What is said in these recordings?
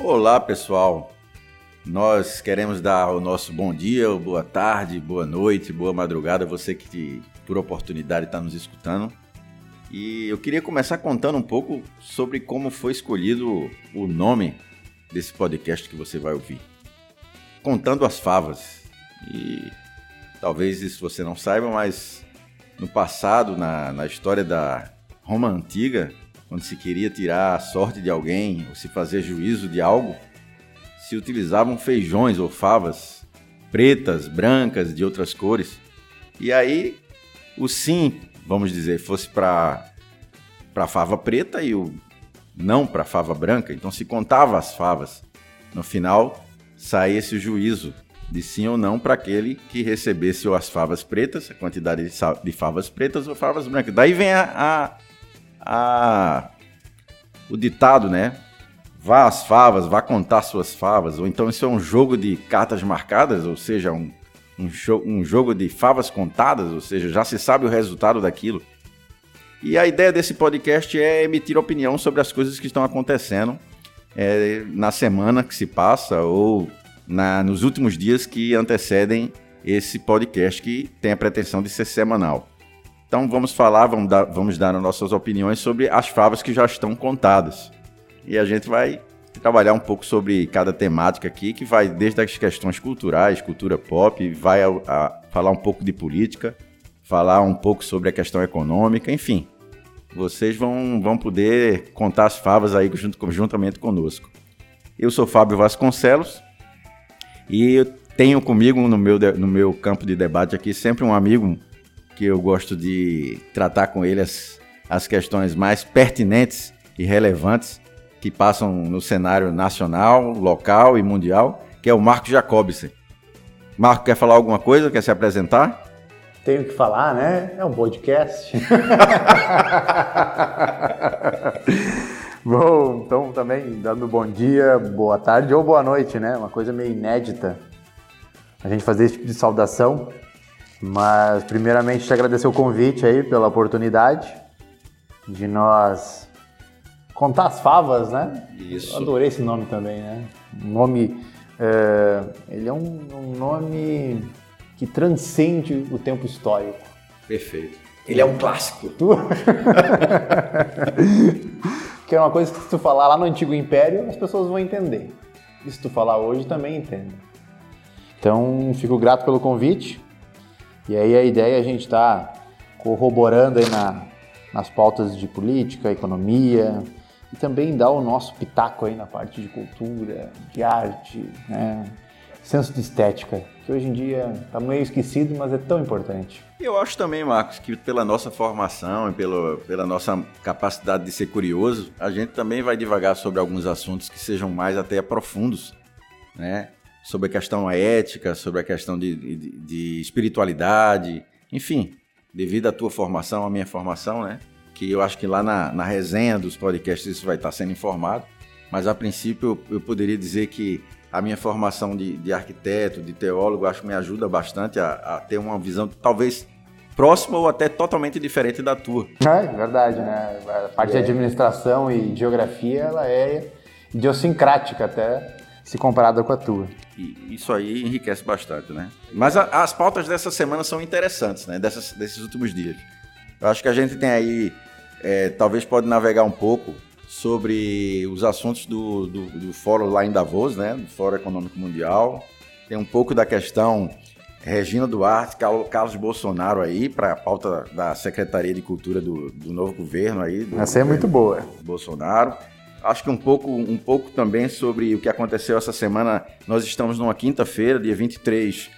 Olá, pessoal. Nós queremos dar o nosso bom dia, boa tarde, boa noite, boa madrugada, você que por oportunidade está nos escutando. E eu queria começar contando um pouco sobre como foi escolhido o nome desse podcast que você vai ouvir. Contando as favas. E talvez isso você não saiba, mas no passado, na história da Roma Antiga, quando se queria tirar a sorte de alguém ou se fazer juízo de algo, se utilizavam feijões ou favas pretas, brancas, de outras cores. E aí, o sim, vamos dizer, fosse para a fava preta e o não para a fava branca. Então, se contava as favas. No final, saía esse juízo de sim ou não para aquele que recebesse ou as favas pretas, a quantidade de favas pretas ou favas brancas. Daí vem o ditado, né? Vá às favas, vá contar suas favas. Ou então isso é um jogo de cartas marcadas, ou seja, um jogo de favas contadas, ou seja, já se sabe o resultado daquilo. E a ideia desse podcast é emitir opinião sobre as coisas que estão acontecendo na semana que se passa ou nos últimos dias que antecedem esse podcast que tem a pretensão de ser semanal. Então vamos dar nossas opiniões sobre as favas que já estão contadas. E a gente vai trabalhar um pouco sobre cada temática aqui, que vai desde as questões culturais, cultura pop, vai falar um pouco de política, falar um pouco sobre a questão econômica, enfim. Vocês vão poder contar as favas aí juntamente conosco. Eu sou Fábio Vasconcelos e eu tenho comigo no meu campo de debate aqui sempre um amigo que eu gosto de tratar com ele as questões mais pertinentes e relevantes que passam no cenário nacional, local e mundial, que é o Marco Jacobsen. Marco, quer falar alguma coisa? Quer se apresentar? Tenho que falar, né? É um podcast. Bom, então também dando bom dia, boa tarde ou boa noite, né? Uma coisa meio inédita a gente fazer esse tipo de saudação. Mas primeiramente te agradecer o convite aí pela oportunidade de nós contar as favas, né? Isso. Eu adorei esse nome também, né? O nome, ele é um nome que transcende o tempo histórico. Perfeito. Ele é um clássico. Que é uma coisa que se tu falar lá no Antigo Império, as pessoas vão entender. E se tu falar hoje, também entende. Então, fico grato pelo convite. E aí a ideia é a gente estar corroborando aí nas pautas de política, economia, e também dar o nosso pitaco aí na parte de cultura, de arte, né? Senso de estética, que hoje em dia está meio esquecido, mas é tão importante. Eu acho também, Marcos, que pela nossa formação e pela nossa capacidade de ser curioso, a gente também vai divagar sobre alguns assuntos que sejam mais até profundos, né? Sobre a questão ética, sobre a questão de espiritualidade, enfim, devido à tua formação, à minha formação, né? Que eu acho que lá na resenha dos podcasts isso vai estar sendo informado, mas a princípio eu poderia dizer que a minha formação de arquiteto, de teólogo, acho que me ajuda bastante a ter uma visão talvez próxima ou até totalmente diferente da tua. É verdade, né? A parte de administração e geografia, ela é idiosincrática até, se comparada com a tua. E isso aí enriquece bastante, né? Mas as pautas dessa semana são interessantes, né? Desses últimos dias. Eu acho que a gente tem aí, talvez pode navegar um pouco sobre os assuntos do fórum lá em Davos, né? Do Fórum Econômico Mundial. Tem um pouco da questão Regina Duarte, Carlos Bolsonaro aí, para a pauta da Secretaria de Cultura do novo governo aí. Essa é muito boa. Bolsonaro. Acho que um pouco também sobre o que aconteceu essa semana. Nós estamos numa quinta-feira, dia 23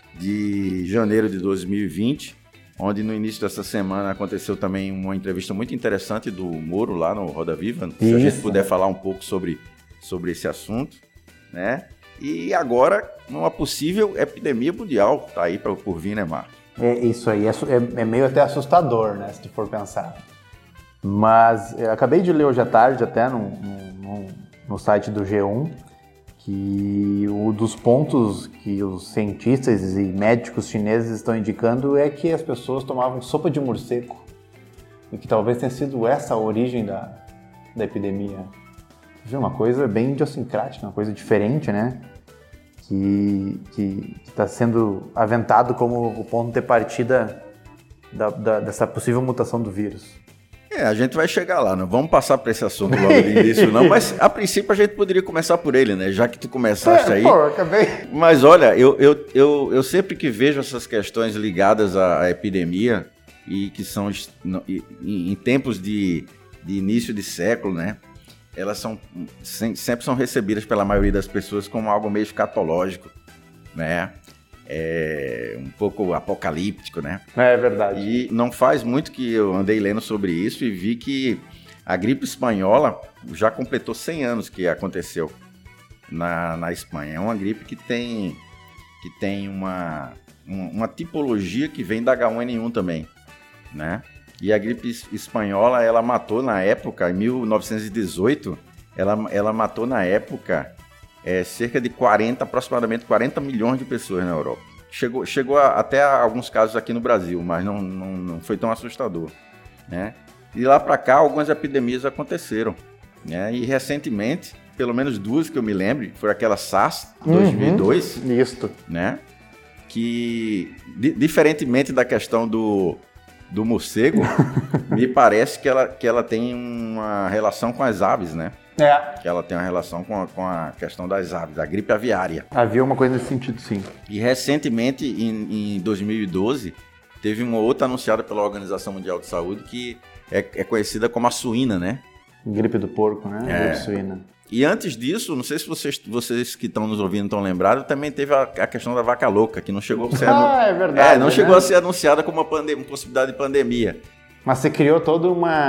de janeiro de 2020, onde no início dessa semana aconteceu também uma entrevista muito interessante do Moro lá no Roda Viva. Se a gente puder falar um pouco sobre esse assunto, né? E agora, uma possível epidemia mundial tá aí por vir, né, Marcos? Isso aí é meio até assustador, né, se tu for pensar. Mas eu acabei de ler hoje à tarde até no site do G1 que um dos pontos que os cientistas e médicos chineses estão indicando é que as pessoas tomavam sopa de morcego e que talvez tenha sido essa a origem da epidemia. Viu? Uma coisa bem idiosincrática, uma coisa diferente, né? Que está sendo aventado como o ponto de partida dessa possível mutação do vírus. A gente vai chegar lá, não vamos passar por esse assunto logo de início não, mas a princípio a gente poderia começar por ele, né? Já que tu começaste aí. Pô, acabei. Mas olha, eu sempre que vejo essas questões ligadas à epidemia e que são em tempos de início de século, né? Elas sempre são recebidas pela maioria das pessoas como algo meio escatológico, né? Um pouco apocalíptico, né? É verdade. E não faz muito que eu andei lendo sobre isso e vi que a gripe espanhola já completou 100 anos que aconteceu na Espanha. É uma gripe que tem uma tipologia que vem da H1N1 também, né? E a gripe espanhola, ela matou na época, em 1918, ela matou na época cerca de aproximadamente 40 milhões de pessoas na Europa. Chegou até alguns casos aqui no Brasil, mas não foi tão assustador, né? E lá para cá, algumas epidemias aconteceram, né? E recentemente, pelo menos duas que eu me lembro, foi aquela SARS, 2002, Isto. né? Que, diferentemente da questão do morcego, me parece que ela tem uma relação com as aves, né? Que ela tem uma relação com a questão das aves, da gripe aviária. Havia uma coisa nesse sentido, sim. E recentemente, em 2012, teve uma outra anunciada pela Organização Mundial de Saúde que é conhecida como a suína, né? Gripe do porco, né? Gripe suína. E antes disso, não sei se vocês que estão nos ouvindo estão lembrados, também teve a questão da vaca louca, que não chegou a ser... é verdade. Não chegou a ser anunciada como uma possibilidade de pandemia. Mas você criou todo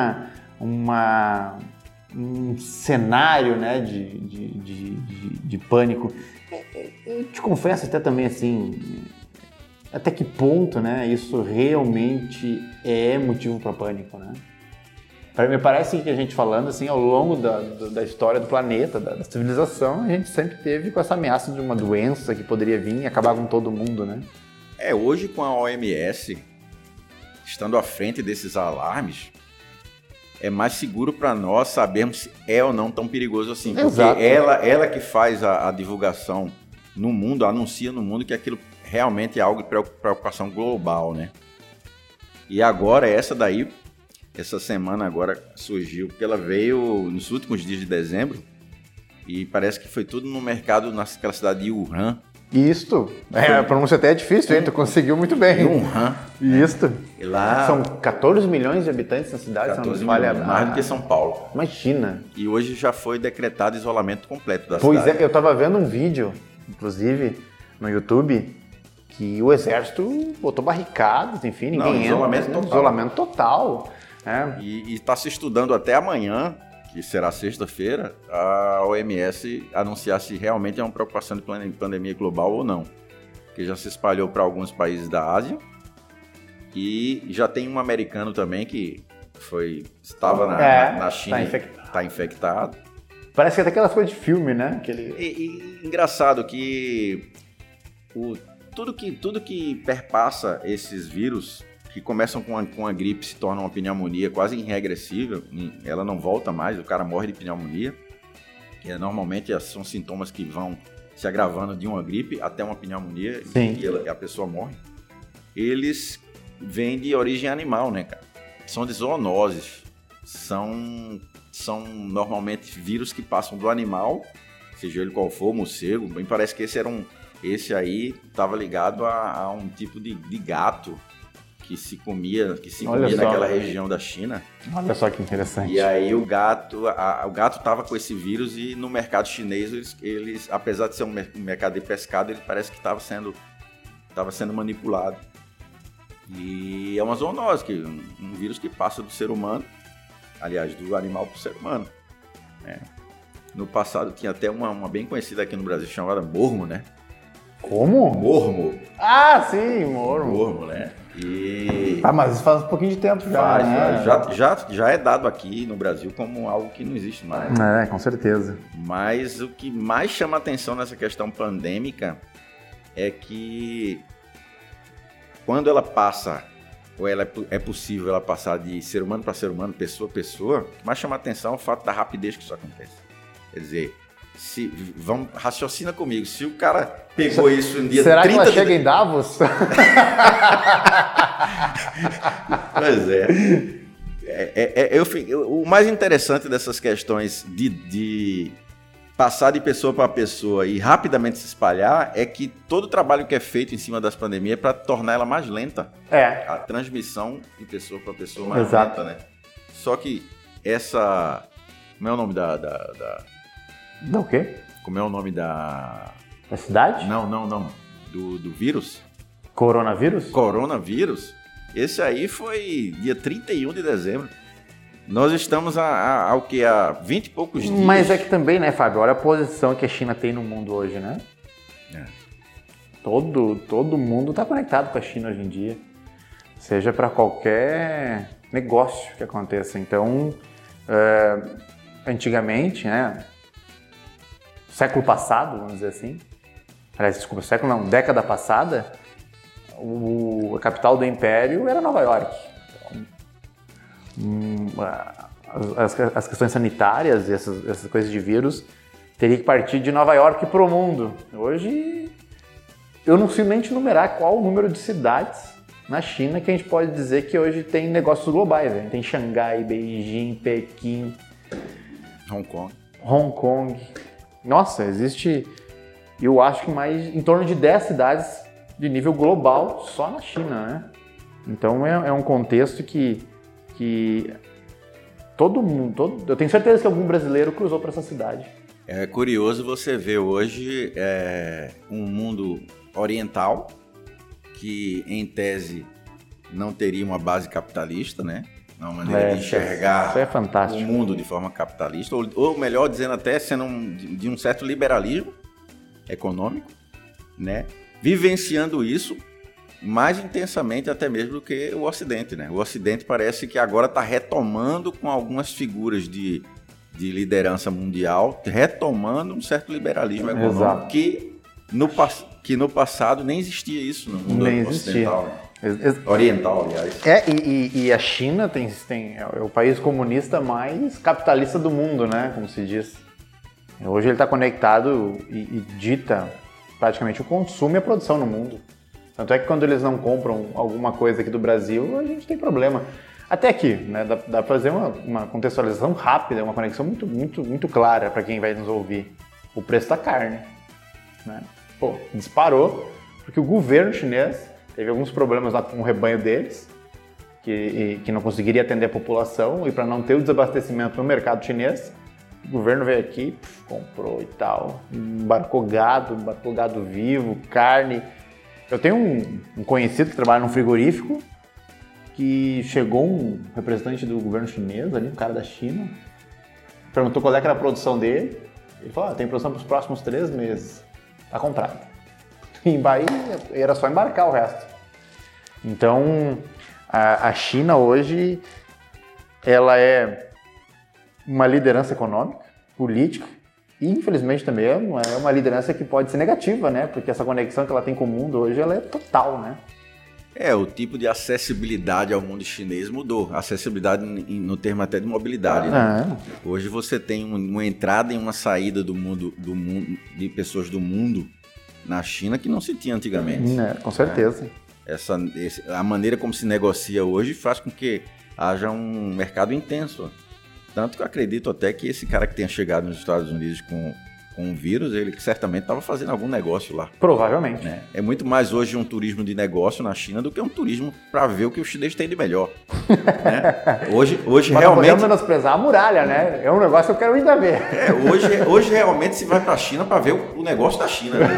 um cenário, né, de pânico. Eu te confesso até também, assim, até que ponto, né, isso realmente é motivo para pânico, né? Me parece que a gente falando, assim, ao longo da história do planeta, da civilização, a gente sempre teve com essa ameaça de uma doença que poderia vir e acabar com todo mundo, né? Hoje com a OMS, estando à frente desses alarmes, é mais seguro para nós sabermos se é ou não tão perigoso assim. Porque Exato. ela que faz a divulgação no mundo, anuncia no mundo que aquilo realmente é algo de preocupação global, né? E agora, essa semana agora surgiu, porque ela veio nos últimos dias de dezembro e parece que foi tudo no mercado naquela cidade de Wuhan. Isto. A pronúncia até é difícil, hein? Tu conseguiu muito bem. Wuhan. Isto. E lá... São 14 milhões de habitantes na cidade. 14 milhões, mais do que São Paulo. Imagina. E hoje já foi decretado isolamento completo da cidade. Pois eu tava vendo um vídeo, inclusive, no YouTube, que o exército botou barricadas, enfim, ninguém entra. Isolamento total. E está se estudando até amanhã, que será sexta-feira, a OMS anunciar se realmente é uma preocupação de pandemia global ou não. Que já se espalhou para alguns países da Ásia e já tem um americano também que estava na China e está infectado. Parece que é daquelas coisas de filme, né? E engraçado que tudo que perpassa esses vírus que começam com a gripe, se torna uma pneumonia quase irregressível, ela não volta mais, o cara morre de pneumonia, que normalmente são sintomas que vão se agravando de uma gripe até uma pneumonia e a pessoa morre. Eles vêm de origem animal, né, cara? São de zoonoses, são normalmente vírus que passam do animal, seja ele qual for, morcego, me parece que esse aí estava ligado a um tipo de gato, que se comia naquela região da China. Olha só que interessante. E aí o gato estava com esse vírus e no mercado chinês, eles apesar de ser um mercado de pescado, ele parece que estava sendo manipulado. E é uma zoonose, um vírus que passa do ser humano, aliás, do animal para o ser humano. No passado tinha até uma bem conhecida aqui no Brasil, chamada mormo, né? Como? Mormo. Ah, sim, mormo. Mormo, né? Mas isso faz um pouquinho de tempo já. Já é dado aqui no Brasil como algo que não existe mais. Com certeza. Mas o que mais chama atenção nessa questão pandêmica é que quando ela passa, ou é possível ela passar de ser humano para ser humano, pessoa a pessoa, o que mais chama atenção é o fato da rapidez que isso acontece. Quer dizer, raciocina comigo, se o cara pegou isso no dia 30... Será que ela chega em Davos? Pois é. O mais interessante dessas questões de passar de pessoa para pessoa e rapidamente se espalhar é que todo o trabalho que é feito em cima das pandemias é para tornar ela mais lenta. A transmissão de pessoa para pessoa mais lenta, né? Só que essa... Como é o nome da... Do quê? Como é o nome da... Da cidade? Não. Do vírus. Coronavírus? Esse aí foi dia 31 de dezembro. Nós estamos há 20 e poucos dias. Mas é que também, né, Fábio? Olha a posição que a China tem no mundo hoje, né? Todo mundo está conectado com a China hoje em dia. Seja para qualquer negócio que aconteça. Então, antigamente, né? Século passado, vamos dizer assim. Aliás, desculpa, década passada, a capital do Império era Nova York. As questões sanitárias e essas coisas de vírus teria que partir de Nova York para o mundo. Hoje, eu não sei nem te numerar qual o número de cidades na China que a gente pode dizer que hoje tem negócios globais. Né? Tem Xangai, Beijing, Pequim, Hong Kong. Nossa, existe, eu acho que mais em torno de 10 cidades de nível global só na China, né? Então é um contexto que todo mundo, eu tenho certeza que algum brasileiro cruzou para essa cidade. É curioso você ver hoje um mundo oriental que, em tese, não teria uma base capitalista, né? Uma maneira de enxergar o mundo de forma capitalista, ou melhor dizendo, até sendo de um certo liberalismo econômico, né? Vivenciando isso mais intensamente até mesmo do que o Ocidente, né? O Ocidente parece que agora está retomando com algumas figuras de liderança mundial, retomando um certo liberalismo econômico que no passado nem existia isso no mundo ocidental, né? Oriental, aliás. E a China é o país comunista mais capitalista do mundo, né? Como se diz. Hoje ele está conectado e dita praticamente o consumo e a produção no mundo. Tanto é que quando eles não compram alguma coisa aqui do Brasil, a gente tem problema. Até aqui, né? Dá para fazer uma contextualização rápida, uma conexão muito, muito, muito clara para quem vai nos ouvir. O preço da carne, né? Disparou, porque o governo chinês teve alguns problemas lá com o rebanho deles, que não conseguiria atender a população, e para não ter o desabastecimento no mercado chinês, o governo veio aqui, comprou e tal, embarcou gado vivo, carne. Eu tenho um conhecido que trabalha num frigorífico, que chegou um representante do governo chinês, ali, um cara da China, perguntou qual é que era a produção dele, ele falou, tem produção para os próximos 3 meses, tá comprado. E era só embarcar o resto. Então, a China hoje, ela é uma liderança econômica, política, e infelizmente também é uma liderança que pode ser negativa, né? Porque essa conexão que ela tem com o mundo hoje, ela é total, né? O tipo de acessibilidade ao mundo chinês mudou. Acessibilidade no termo até de mobilidade, né? Hoje você tem uma entrada e uma saída do mundo de pessoas do mundo na China que não se tinha antigamente. Com certeza. A maneira como se negocia hoje faz com que haja um mercado intenso. Tanto que eu acredito até que esse cara que tenha chegado nos Estados Unidos com o vírus, ele certamente estava fazendo algum negócio lá. Provavelmente. Né? É muito mais hoje um turismo de negócio na China do que um turismo para ver o que o chinês tem de melhor. Né? Hoje mas realmente... Não podemos menosprezar a muralha, né? É um negócio que eu quero ainda ver. Hoje realmente se vai para a China para ver o negócio da China. Né?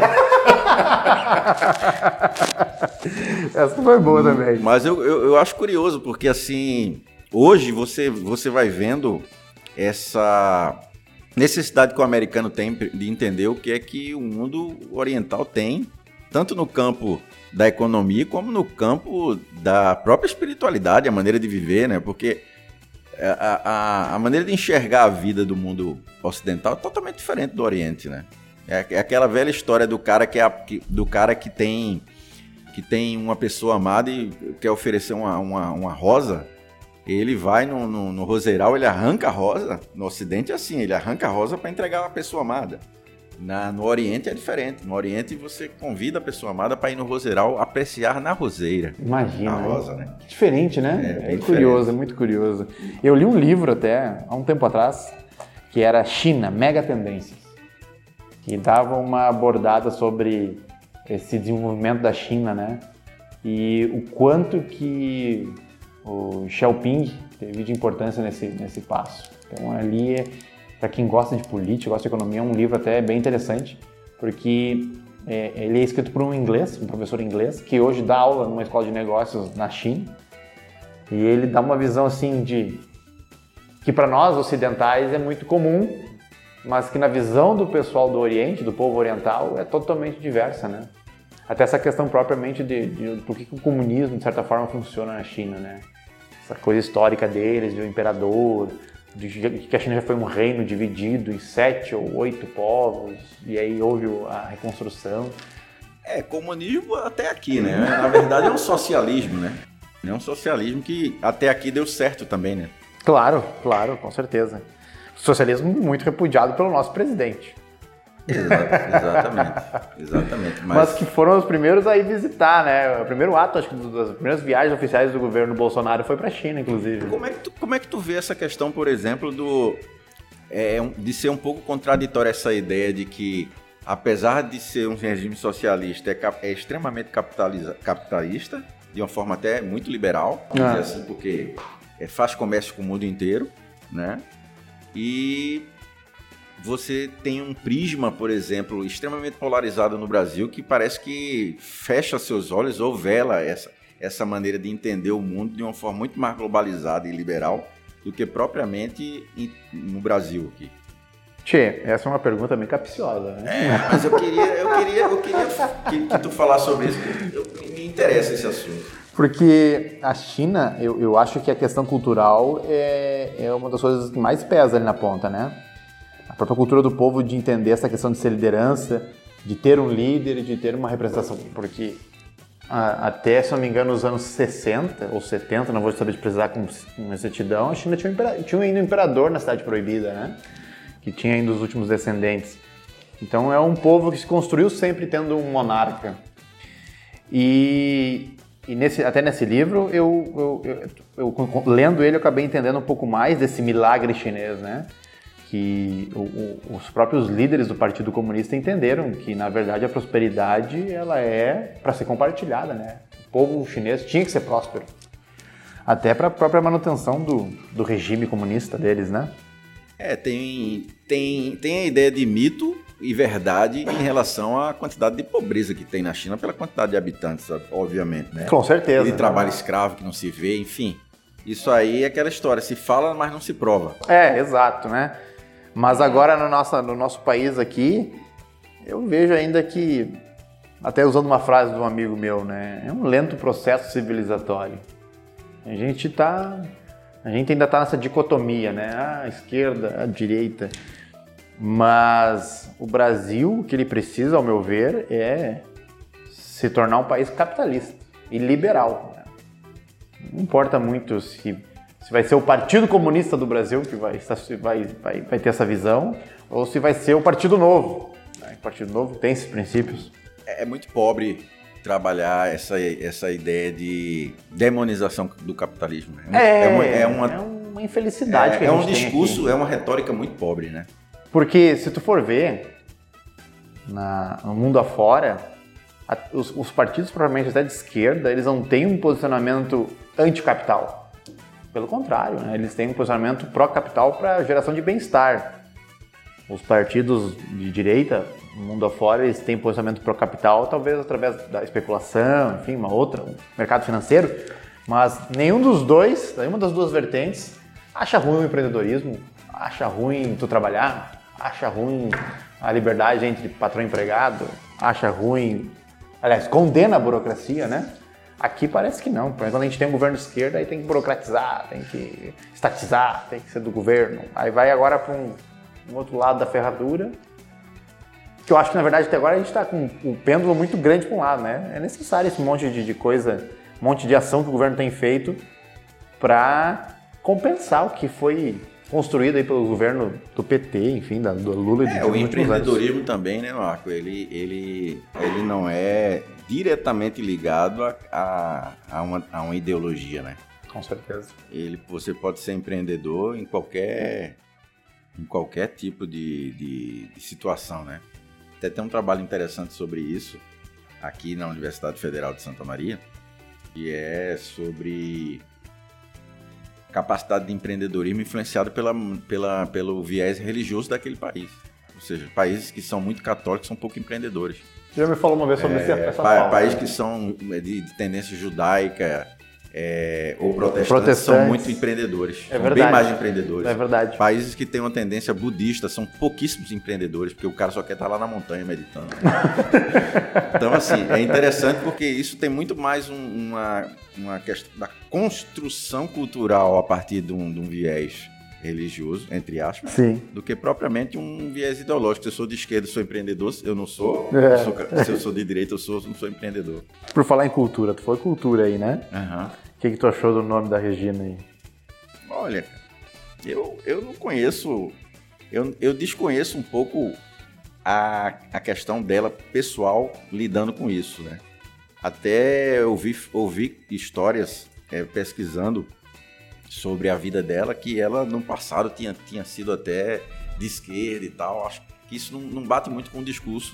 Essa foi boa também. Mas eu acho curioso, porque assim, hoje você vai vendo essa necessidade que o americano tem de entender o que é que o mundo oriental tem, tanto no campo da economia como no campo da própria espiritualidade, a maneira de viver, né? Porque a maneira de enxergar a vida do mundo ocidental é totalmente diferente do Oriente, né? É aquela velha história do cara que tem uma pessoa amada e quer oferecer uma rosa. ele vai no roseiral, ele arranca a rosa. No Ocidente é assim, ele arranca a rosa para entregar a pessoa amada. No Oriente é diferente. No Oriente você convida a pessoa amada para ir no roseiral apreciar na roseira. Imagina. A rosa, né? Diferente, né? É curioso, é muito curioso. Eu li um livro até, há um tempo atrás, que era China, Mega Tendências, que dava uma abordada sobre esse desenvolvimento da China, né? E o quanto que o Xiaoping teve de importância nesse passo. Então ali, para quem gosta de política, gosta de economia, é um livro até bem interessante, porque ele é escrito por um professor inglês, que hoje dá aula numa escola de negócios na China, e ele dá uma visão assim que para nós ocidentais é muito comum, mas que na visão do pessoal do Oriente, do povo oriental, é totalmente diversa, né? Até essa questão propriamente de por que o comunismo, de certa forma, funciona na China, né? Essa coisa histórica deles, do imperador, de que a China já foi um reino dividido em 7 ou 8 povos, e aí houve a reconstrução. Comunismo até aqui, né? Na verdade é um socialismo, né? É um socialismo que até aqui deu certo também, né? Claro, com certeza. Socialismo muito repudiado pelo nosso presidente. Exatamente. Mas que foram os primeiros a ir visitar, né? O primeiro ato, acho que das primeiras viagens oficiais do governo Bolsonaro foi para a China, inclusive. Como é que tu vê essa questão, por exemplo, de ser um pouco contraditória essa ideia de que, apesar de ser um regime socialista, é extremamente capitalista, de uma forma até muito liberal, vamos dizer assim, porque faz comércio com o mundo inteiro, né? E você tem um prisma, por exemplo, extremamente polarizado no Brasil, que parece que fecha seus olhos ou vela essa maneira de entender o mundo de uma forma muito mais globalizada e liberal do que propriamente no Brasil aqui. Tchê, essa é uma pergunta bem capciosa, né? Mas eu queria que tu falasse sobre isso, porque me interessa esse assunto. Porque a China, eu acho que a questão cultural é uma das coisas que mais pesa ali na ponta, né? A própria cultura do povo de entender essa questão de ser liderança, de ter um líder, de ter uma representação. Porque até, se não me engano, nos anos 60 ou 70, não vou saber de precisar com exatidão, a China tinha ainda um imperador na Cidade Proibida, né? Que tinha ainda os últimos descendentes. Então é um povo que se construiu sempre tendo um monarca. E até nesse livro, eu lendo ele, eu acabei entendendo um pouco mais desse milagre chinês, né? Que os próprios líderes do Partido Comunista entenderam que, na verdade, a prosperidade ela é para ser compartilhada, né? O povo chinês tinha que ser próspero. Até para a própria manutenção do regime comunista deles, né? Tem a ideia de mito e verdade em relação à quantidade de pobreza que tem na China pela quantidade de habitantes, obviamente, né? Com certeza. E trabalho escravo que não se vê, enfim. Isso aí é aquela história, se fala, mas não se prova. Exato, né? Mas agora no nosso país aqui, eu vejo ainda que, até usando uma frase de um amigo meu, né? É um lento processo civilizatório. A gente ainda está nessa dicotomia, né? A esquerda, a direita. Mas o Brasil, o que ele precisa, ao meu ver, é se tornar um país capitalista e liberal. Não importa muito se vai ser o Partido Comunista do Brasil que vai ter essa visão, ou se vai ser o Partido Novo. O Partido Novo tem esses princípios. É muito pobre trabalhar essa ideia de demonização do capitalismo. Né? É uma infelicidade que a gente tem. É um discurso, é uma retórica muito pobre, né? Porque se tu for ver no mundo afora, os partidos provavelmente até de esquerda, eles não têm um posicionamento anticapital. Pelo contrário, né? Eles têm um posicionamento pró-capital para geração de bem-estar. Os partidos de direita, no mundo afora, eles têm posicionamento pró-capital, talvez através da especulação, enfim, um mercado financeiro, mas nenhuma das duas vertentes acha ruim o empreendedorismo, acha ruim tu trabalhar, acha ruim a liberdade entre patrão e empregado, acha ruim, aliás, condena a burocracia, né? Aqui parece que não. Quando a gente tem um governo de esquerda, aí tem que burocratizar, tem que estatizar, tem que ser do governo. Aí vai agora para um outro lado da ferradura, que eu acho que, na verdade, até agora a gente está com um pêndulo muito grande para um lado, né? É necessário esse monte de coisa, um monte de ação que o governo tem feito para compensar o que foi construído aí pelo governo do PT, enfim, do Lula e o empreendedorismo também, né, Marco? Ele não é diretamente ligado a uma ideologia, né? Com certeza. Você pode ser empreendedor em qualquer tipo de situação, né? Até tem um trabalho interessante sobre isso aqui na Universidade Federal de Santa Maria, que é sobre capacidade de empreendedorismo influenciado pelo viés religioso daquele país. Ou seja, países que são muito católicos são pouco empreendedores. Você já me falou uma vez sobre essa fala. Países que são de tendência judaica ou protestantes são muito empreendedores. São bem mais empreendedores. É verdade. Países que têm uma tendência budista são pouquíssimos empreendedores, porque o cara só quer estar lá na montanha meditando. Então, assim, é interessante porque isso tem muito mais uma questão da construção cultural a partir de um viés religioso, entre aspas, sim, do que propriamente um viés ideológico. Se eu sou de esquerda, eu sou empreendedor, eu não sou. Se eu sou de direita, eu não sou empreendedor. Por falar em cultura, tu falou cultura aí, né? Uhum. O que tu achou do nome da Regina aí? Olha, eu não conheço, eu desconheço um pouco a questão dela pessoal lidando com isso, né? Até eu ouvi histórias pesquisando sobre a vida dela, que ela no passado tinha sido até de esquerda e tal. Acho que isso não bate muito com o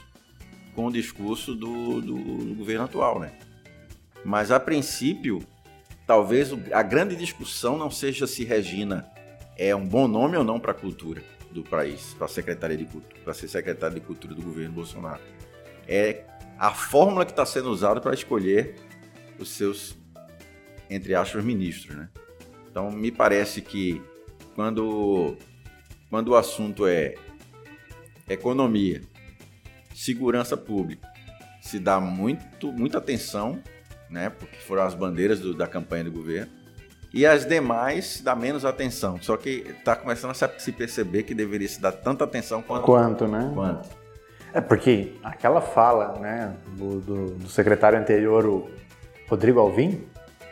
discurso do governo atual, né? Mas a princípio, talvez a grande discussão não seja se Regina é um bom nome ou não para a cultura do país, para a Secretaria de Cultura, para ser secretária de Cultura do governo Bolsonaro. É a fórmula que está sendo usada para escolher os seus, entre aspas, ministros, né? Então, me parece que quando o assunto é economia, segurança pública, se dá muita atenção, né, porque foram as bandeiras da campanha do governo, e as demais se dá menos atenção. Só que está começando a se perceber que deveria se dar tanta atenção quanto, né? Quanto. É porque aquela fala, né, do secretário anterior, o Rodrigo Alvim,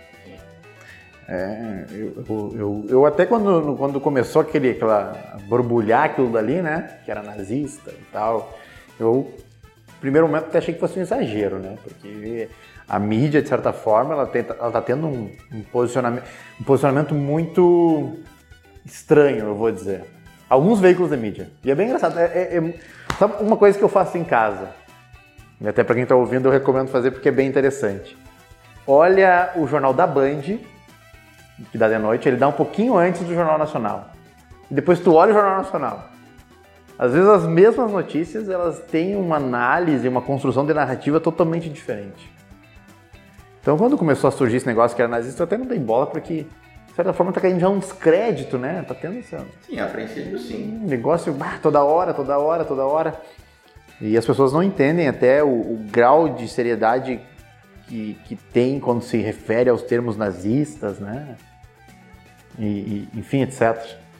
eu até quando começou aquela borbulhar aquilo dali, né, que era nazista e tal, eu, no primeiro momento, até achei que fosse um exagero, né, porque a mídia, de certa forma, ela tá tendo um posicionamento muito estranho, eu vou dizer. Alguns veículos da mídia. E é bem engraçado. Sabe uma coisa que eu faço em casa? E até para quem está ouvindo, eu recomendo fazer porque é bem interessante. Olha o Jornal da Band, que dá de noite, ele dá um pouquinho antes do Jornal Nacional. E depois tu olha o Jornal Nacional. Às vezes as mesmas notícias, elas têm uma análise, uma construção de narrativa totalmente diferente. Então, quando começou a surgir esse negócio que era nazista, eu até não dei bola, porque, de certa forma, tá caindo já um descrédito, né? Tá tendo essa... Sim, a princípio, sim. Um negócio toda hora. E as pessoas não entendem até o grau de seriedade que tem quando se refere aos termos nazistas, né? Enfim, etc.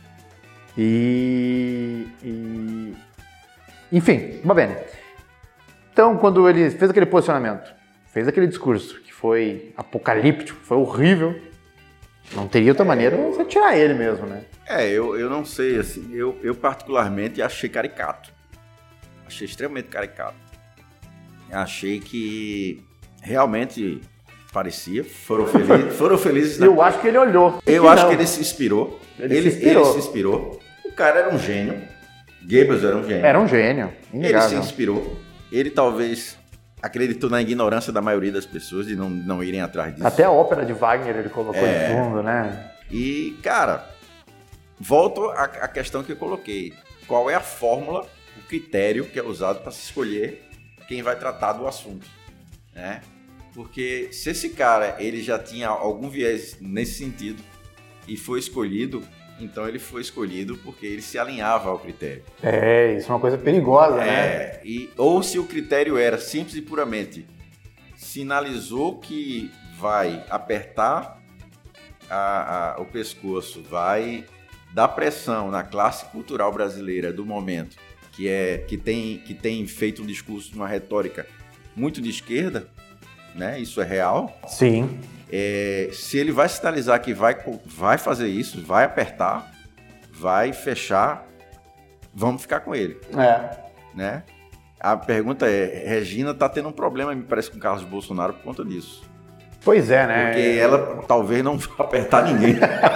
Enfim, va bene. Então, quando ele fez aquele posicionamento, fez aquele discurso que foi apocalíptico, foi horrível, não teria outra maneira de você tirar ele mesmo, né? Eu não sei, assim, eu particularmente achei caricato. Achei extremamente caricato. Achei que realmente parecia, foram felizes. Eu acho que ele olhou. Eu acho que ele se inspirou. Ele se inspirou. O cara era um gênio. Goebbels era um gênio. Era um gênio, inegável. Ele se inspirou. Ele talvez acreditou na ignorância da maioria das pessoas de não irem atrás disso. Até a ópera de Wagner ele colocou de fundo, né? E, cara, volto à questão que eu coloquei. Qual é a fórmula, o critério que é usado para se escolher quem vai tratar do assunto, né? Porque se esse cara ele já tinha algum viés nesse sentido e foi escolhido, então ele foi escolhido porque ele se alinhava ao critério. Isso é uma coisa perigosa, né? Ou se o critério era simples e puramente sinalizou que vai apertar o pescoço, vai dar pressão na classe cultural brasileira do momento, que tem feito um discurso, uma retórica muito de esquerda, né? Isso é real. Sim. Se ele vai sinalizar que vai fazer isso, vai apertar, vai fechar, vamos ficar com ele. Né? A pergunta é, Regina está tendo um problema, me parece, com o Carlos Bolsonaro por conta disso. Pois é, né? Porque ela talvez não vai apertar ninguém.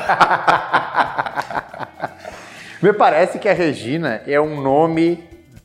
Me parece que a Regina é um nome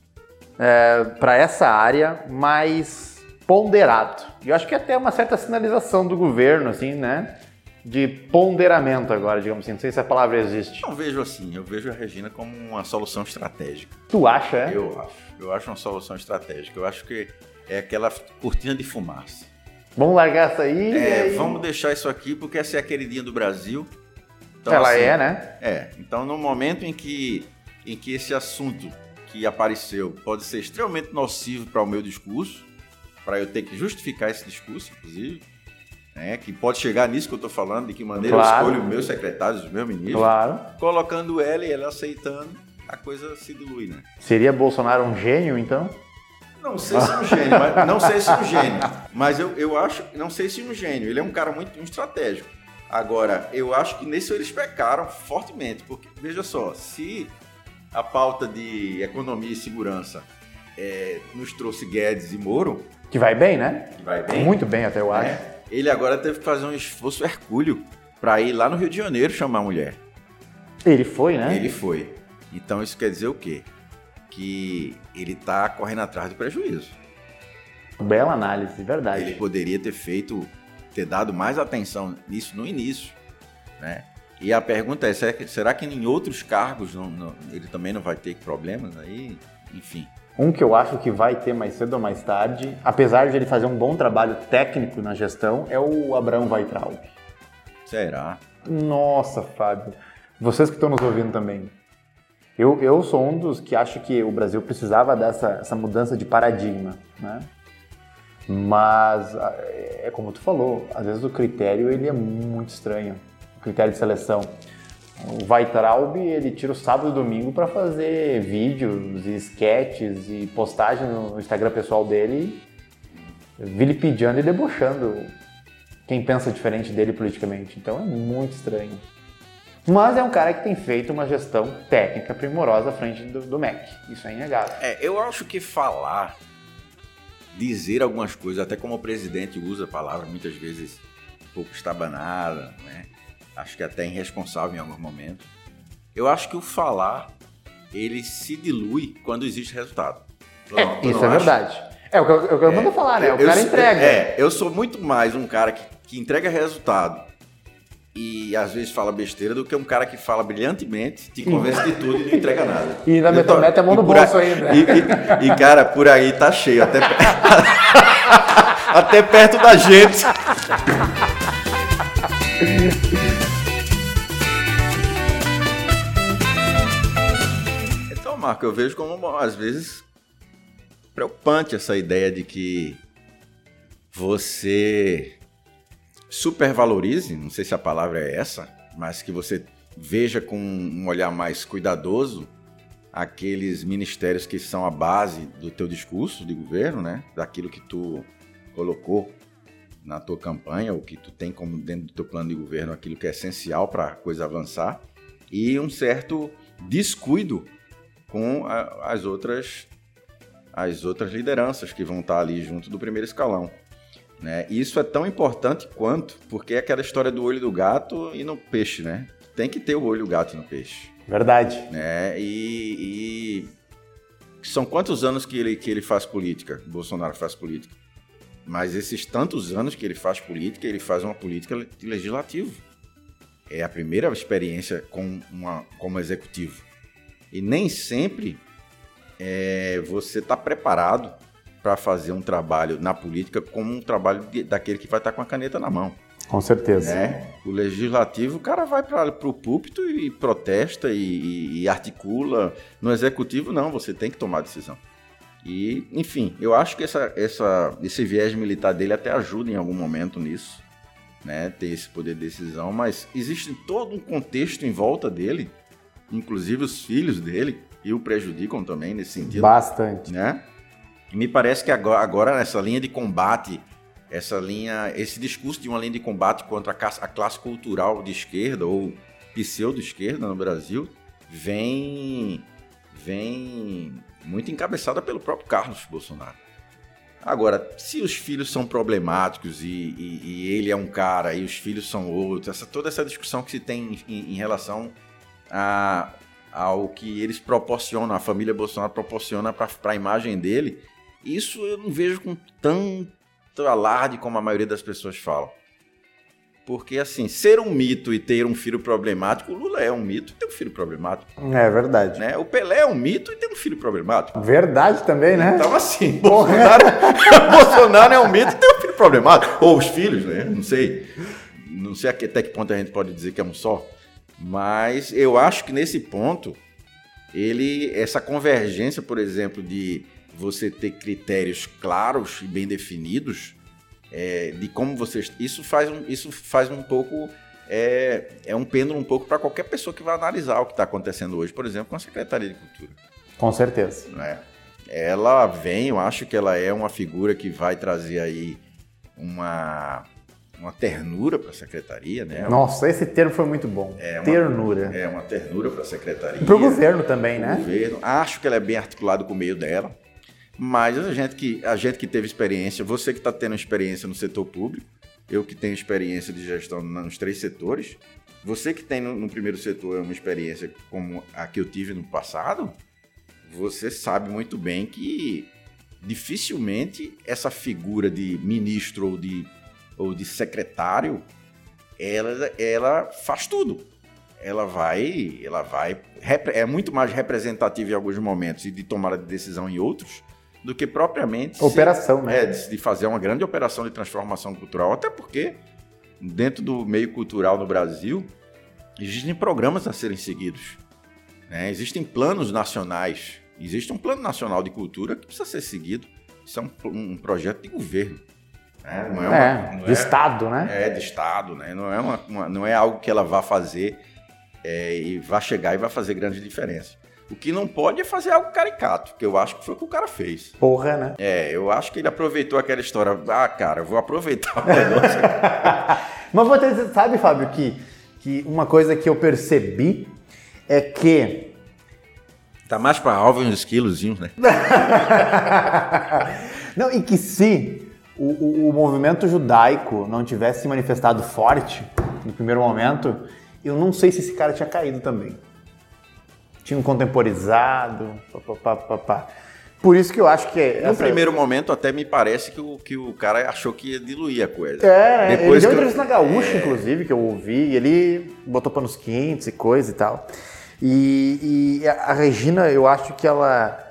para essa área mais ponderado. E eu acho que até uma certa sinalização do governo, assim, né? De ponderamento agora, digamos assim. Não sei se a palavra existe. Não vejo assim. Eu vejo a Regina como uma solução estratégica. Tu acha, é? Eu acho uma solução estratégica. Eu acho que é aquela cortina de fumaça. Vamos largar essa aí? Vamos deixar isso aqui, porque essa é a queridinha do Brasil. Então, ela assim, né? Então, no momento em que esse assunto que apareceu pode ser extremamente nocivo para o meu discurso, para eu ter que justificar esse discurso, inclusive, que pode chegar nisso que eu estou falando, de que maneira eu escolho os meus secretários, os meus ministros, colocando ela e ela aceitando, a coisa se dilui, né? Seria Bolsonaro um gênio, então? Não sei se um gênio, mas eu acho, não sei se um gênio, ele é um cara muito estratégico. Agora, eu acho que nisso eles pecaram fortemente, porque, veja só, se a pauta de economia e segurança nos trouxe Guedes e Moro... Que vai bem, né? Que vai bem. Muito bem, até eu acho. Ele agora teve que fazer um esforço hercúleo para ir lá no Rio de Janeiro chamar a mulher. Ele foi, né? Ele foi. Então, isso quer dizer o quê? Que ele está correndo atrás do prejuízo. Bela análise, verdade. Ele poderia ter dado mais atenção nisso no início, né? E a pergunta é, será que em outros cargos ele também não vai ter problemas aí? Enfim. Um que eu acho que vai ter mais cedo ou mais tarde, apesar de ele fazer um bom trabalho técnico na gestão, é o Abraham Weintraub. Será? Nossa, Fábio. Vocês que estão nos ouvindo também. Eu sou um dos que acho que o Brasil precisava dessa mudança de paradigma, né? Mas, é como tu falou, às vezes o critério ele é muito estranho, o critério de seleção. O Weintraub, ele tira o sábado e domingo para fazer vídeos e sketches e postagens no Instagram pessoal dele, vilipendiando e debochando quem pensa diferente dele politicamente. Então é muito estranho. Mas é um cara que tem feito uma gestão técnica primorosa à frente do MEC. Isso é inegável. Eu acho que dizer algumas coisas, até como o presidente usa a palavra muitas vezes um pouco estabanada, né? Acho que até irresponsável em alguns momentos. Eu acho que o falar, ele se dilui quando existe resultado. Isso é verdade. É o que eu mando falar, né? O cara entrega. Eu sou muito mais um cara que entrega resultado e às vezes fala besteira do que um cara que fala brilhantemente, te convence de tudo e não entrega nada. E ainda mete a mão no bolso ainda. E cara, por aí tá cheio, até perto da gente. Então, Marco, eu vejo como, às vezes, preocupante essa ideia de que você supervalorize, não sei se a palavra é essa, mas que você veja com um olhar mais cuidadoso aqueles ministérios que são a base do teu discurso de governo, né? Daquilo que tu colocou na tua campanha, ou que tu tem como dentro do teu plano de governo, aquilo que é essencial para a coisa avançar, e um certo descuido com as outras lideranças que vão estar ali junto do primeiro escalão, né? E isso é tão importante quanto, porque é aquela história do olho do gato e no peixe, né? Tem que ter o olho do gato no peixe. Verdade. Né? E são quantos anos que ele faz política? Bolsonaro faz política. Mas esses tantos anos que ele faz política, ele faz uma política de legislativo. É a primeira experiência como executivo. E nem sempre você está preparado para fazer um trabalho na política como um trabalho daquele que vai estar com a caneta na mão. Com certeza. O legislativo, o cara vai para o púlpito e protesta e articula. No executivo, não, você tem que tomar a decisão. E, enfim, eu acho que esse viés militar dele até ajuda em algum momento nisso, né? Ter esse poder de decisão, mas existe todo um contexto em volta dele, inclusive os filhos dele, e o prejudicam também nesse sentido. Bastante. Né? E me parece que agora nessa linha de combate esse discurso de uma linha de combate contra a classe cultural de esquerda ou pseudo-esquerda no Brasil vem muito encabeçada pelo próprio Carlos Bolsonaro. Agora, se os filhos são problemáticos e ele é um cara e os filhos são outros, toda essa discussão que se tem em relação ao que eles proporcionam, a família Bolsonaro proporciona para a imagem dele, isso eu não vejo com tanto alarde como a maioria das pessoas falam. Porque, assim, ser um mito e ter um filho problemático, o Lula é um mito e tem um filho problemático. É verdade. Né? O Pelé é um mito e tem um filho problemático. Verdade também, né? Então, assim, Bolsonaro é um mito e tem um filho problemático. Ou os filhos, né? Não sei. Não sei até que ponto a gente pode dizer que é um só. Mas eu acho que nesse ponto, essa convergência, por exemplo, de você ter critérios claros e bem definidos, de como vocês... Isso faz um pouco... É um pêndulo um pouco para qualquer pessoa que vai analisar o que está acontecendo hoje, por exemplo, com a Secretaria de Cultura. Com certeza. Né? Ela eu acho que ela é uma figura que vai trazer aí uma ternura para a Secretaria, né? Nossa, esse termo foi muito bom. Ternura. Uma ternura para a Secretaria. E para o governo também, né? Governo. Acho que ela é bem articulada com o meio dela. Mas a gente que teve experiência, você que está tendo experiência no setor público, eu que tenho experiência de gestão nos 3 setores, você que tem no primeiro setor uma experiência como a que eu tive no passado, você sabe muito bem que dificilmente essa figura de ministro ou de secretário, ela faz tudo. Ela vai é muito mais representativa em alguns momentos e de tomada de decisão em outros, do que propriamente... Operação, né? De fazer uma grande operação de transformação cultural, até porque dentro do meio cultural no Brasil existem programas a serem seguidos, né? Existem planos nacionais, existe um plano nacional de cultura que precisa ser seguido. Isso é um projeto de governo, né? De Estado, né? De Estado, né? Não é algo que ela vá fazer e vá chegar e vai fazer grande diferença. O que não pode é fazer algo caricato, que eu acho que foi o que o cara fez. Porra, né? Eu acho que ele aproveitou aquela história. Cara, eu vou aproveitar o negócio. Mas você sabe, Fábio, que uma coisa que eu percebi é que... Tá mais pra alvo uns quilozinhos, né? Não, e que se o movimento judaico não tivesse se manifestado forte no primeiro momento, eu não sei se esse cara tinha caído também. Tinham contemporizado, papapá. Por isso que eu acho que... No primeiro momento, até me parece que o cara achou que ia diluir a coisa. Depois ele deu entrevista na Gaúcha, inclusive, que eu ouvi, e ele botou panos quentes e coisa e tal. E a Regina, eu acho que ela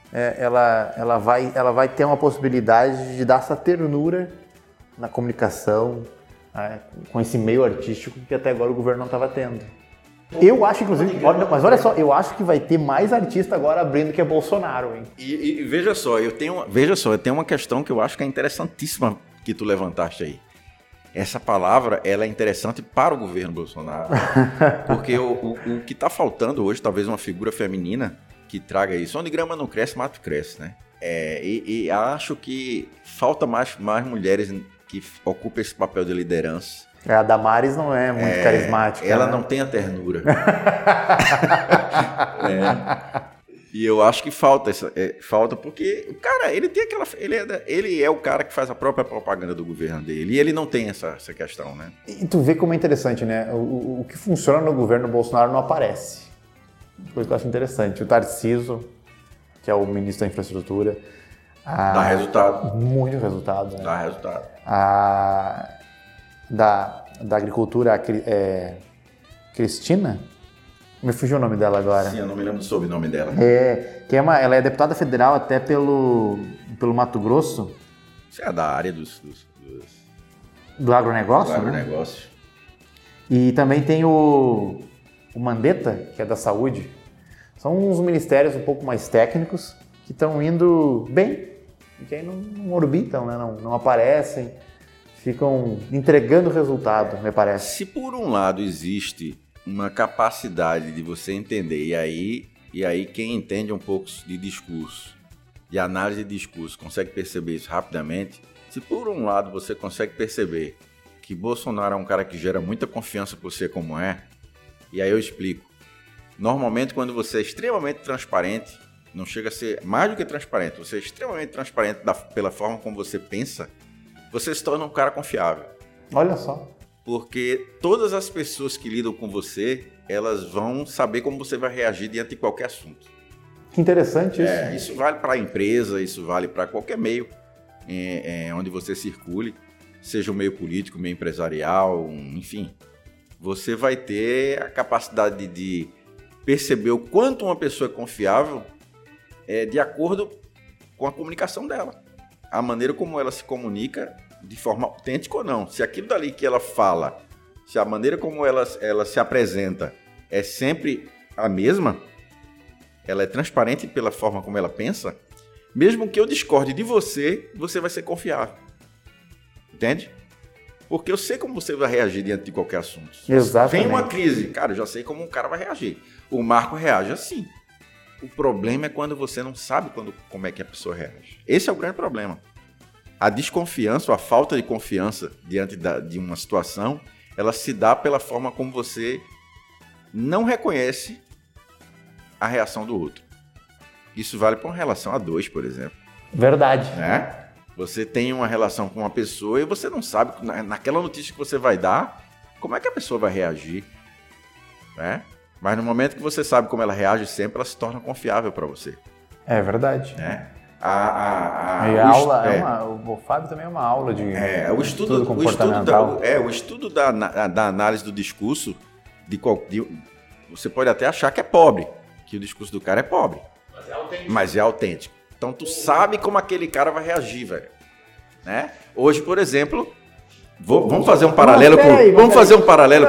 vai ter uma possibilidade de dar essa ternura na comunicação, com esse meio artístico que até agora o governo não estava tendo. Eu acho, inclusive, mas olha só, eu acho que vai ter mais artista agora abrindo que é Bolsonaro, hein? E veja só, eu tenho uma questão que eu acho que é interessantíssima que tu levantaste aí. Essa palavra, ela é interessante para o governo Bolsonaro. Porque o que está faltando hoje, talvez uma figura feminina que traga isso. Onde grama não cresce, mato cresce, né? E acho que falta mais mulheres que ocupem esse papel de liderança. A Damares não é muito carismática. Ela, né? Não tem a ternura. E eu acho que falta porque o cara, ele tem aquela... Ele é o cara que faz a própria propaganda do governo dele. E ele não tem essa questão, né? E tu vê como é interessante, né? O que funciona no governo Bolsonaro não aparece. Coisa que eu acho interessante. O Tarcísio, que é o ministro da Infraestrutura... Dá resultado. Muito resultado, né? Dá resultado. Da agricultura, Cristina? Me fugiu o nome dela agora. Sim, eu não me lembro do sobrenome dela. Ela é deputada federal até pelo Mato Grosso. Você é da área do agronegócio, do agronegócio. Né? E também tem o Mandetta, que é da saúde. São uns ministérios um pouco mais técnicos que estão indo bem, e que aí não orbitam, né? Não aparecem, ficam entregando resultado, me parece. Se por um lado existe uma capacidade de você entender, e aí quem entende um pouco de discurso, de análise de discurso, consegue perceber isso rapidamente, Se por um lado você consegue perceber que Bolsonaro é um cara que gera muita confiança por ser como é, e aí eu explico. Normalmente, quando você é extremamente transparente, não chega a ser mais do que transparente, você é extremamente transparente pela forma como você pensa, você se torna um cara confiável. Olha só. Porque todas as pessoas que lidam com você, elas vão saber como você vai reagir diante de qualquer assunto. Que interessante isso. Isso vale para a empresa, isso vale para qualquer meio onde você circule, seja o meio político, meio empresarial, enfim. Você vai ter a capacidade de perceber o quanto uma pessoa é confiável de acordo com a comunicação dela. A maneira como ela se comunica de forma autêntica ou não. Se aquilo dali que ela fala, se a maneira como ela se apresenta é sempre a mesma, ela é transparente pela forma como ela pensa, mesmo que eu discorde de você, você vai ser confiável. Entende? Porque eu sei como você vai reagir diante de qualquer assunto. Exatamente. Vem uma crise, cara, eu já sei como um cara vai reagir. O Marco reage assim. O problema é quando você não sabe como é que a pessoa reage. Esse é o grande problema. A desconfiança, ou a falta de confiança diante de uma situação, ela se dá pela forma como você não reconhece a reação do outro. Isso vale para uma relação a dois, por exemplo. Verdade. Né? Você tem uma relação com uma pessoa e você não sabe, naquela notícia que você vai dar, como é que a pessoa vai reagir. Né? Mas no momento que você sabe como ela reage sempre, ela se torna confiável para você. É verdade. Né? O Fábio também é uma aula de o estudo comportamental. O estudo da análise do discurso, você pode até achar que é pobre, que o discurso do cara é pobre. Mas é autêntico. Então tu sabe como aquele cara vai reagir, velho. Né? Hoje, por exemplo, vamos fazer um paralelo com Lula. Vamos fazer um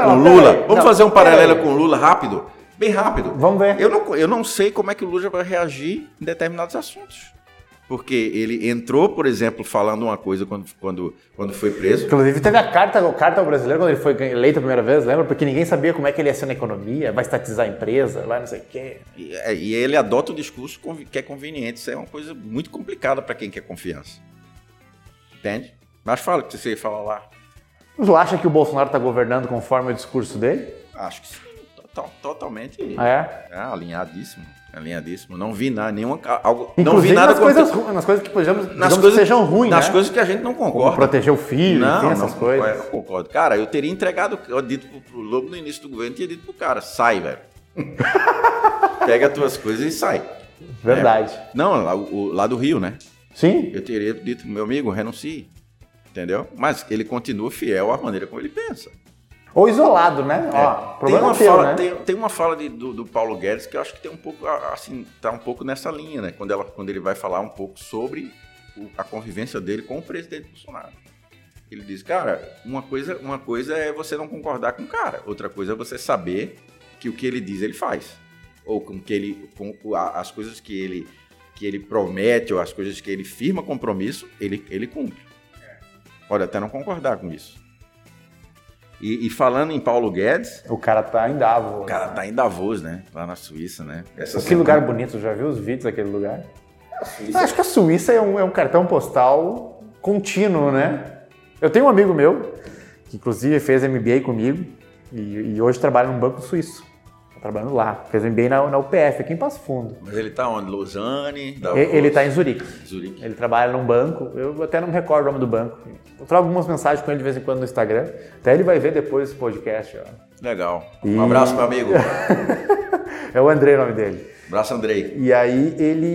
paralelo com Lula rápido, bem rápido. Vamos ver. Eu não sei como é que o Lula vai reagir em determinados assuntos. Porque ele entrou, por exemplo, falando uma coisa quando foi preso. Inclusive teve a carta ao brasileiro quando ele foi eleito a primeira vez, lembra? Porque ninguém sabia como é que ele ia ser na economia, vai estatizar a empresa, vai não sei o quê. E ele adota o discurso que é conveniente. Isso é uma coisa muito complicada para quem quer confiança. Entende? Mas fala o que você ia falar lá. Tu acha que o Bolsonaro está governando conforme o discurso dele? Acho que sim. Totalmente alinhadíssimo. Não vi nada, não vi nada nas coisas que que sejam ruins, nas coisas que a gente não concorda. Como proteger o filho, essas coisas. Eu não concordo. Cara, eu teria entregado, dito pro Lobo no início do governo, tinha dito pro cara, sai, velho. Pega as tuas coisas e sai. Verdade. Não, lá do Rio, né? Sim. Eu teria dito, meu amigo, renuncie. Entendeu? Mas ele continua fiel à maneira como ele pensa. Ou isolado, né? Tem uma fala do Paulo Guedes que eu acho que tem um pouco, assim, tá um pouco nessa linha, né? Quando ele vai falar um pouco sobre a convivência dele com o presidente Bolsonaro. Ele diz, cara, uma coisa é você não concordar com o cara, outra coisa é você saber que o que ele diz ele faz. Ou as coisas que ele promete, ou as coisas que ele firma compromisso, ele cumpre. Pode até não concordar com isso. E falando em Paulo Guedes... O cara tá em Davos. O cara tá em Davos, né? Lá na Suíça, né? Que lugar bonito, já viu os vídeos daquele lugar? Acho que a Suíça é um cartão postal contínuo, né? Eu tenho um amigo meu, que inclusive fez MBA comigo, e hoje trabalha num banco suíço. Tá trabalhando lá. Fez MBA na UPF, aqui em Passo Fundo. Mas ele tá onde? Lausanne? Ele tá em Zurique. Zurique. Ele trabalha num banco, eu até não me recordo o nome do banco. Eu troco algumas mensagens com ele de vez em quando no Instagram. Até ele vai ver depois esse podcast. Ó. Legal. Um abraço, meu amigo. É o Andrei o nome dele. Abraço, Andrei. E aí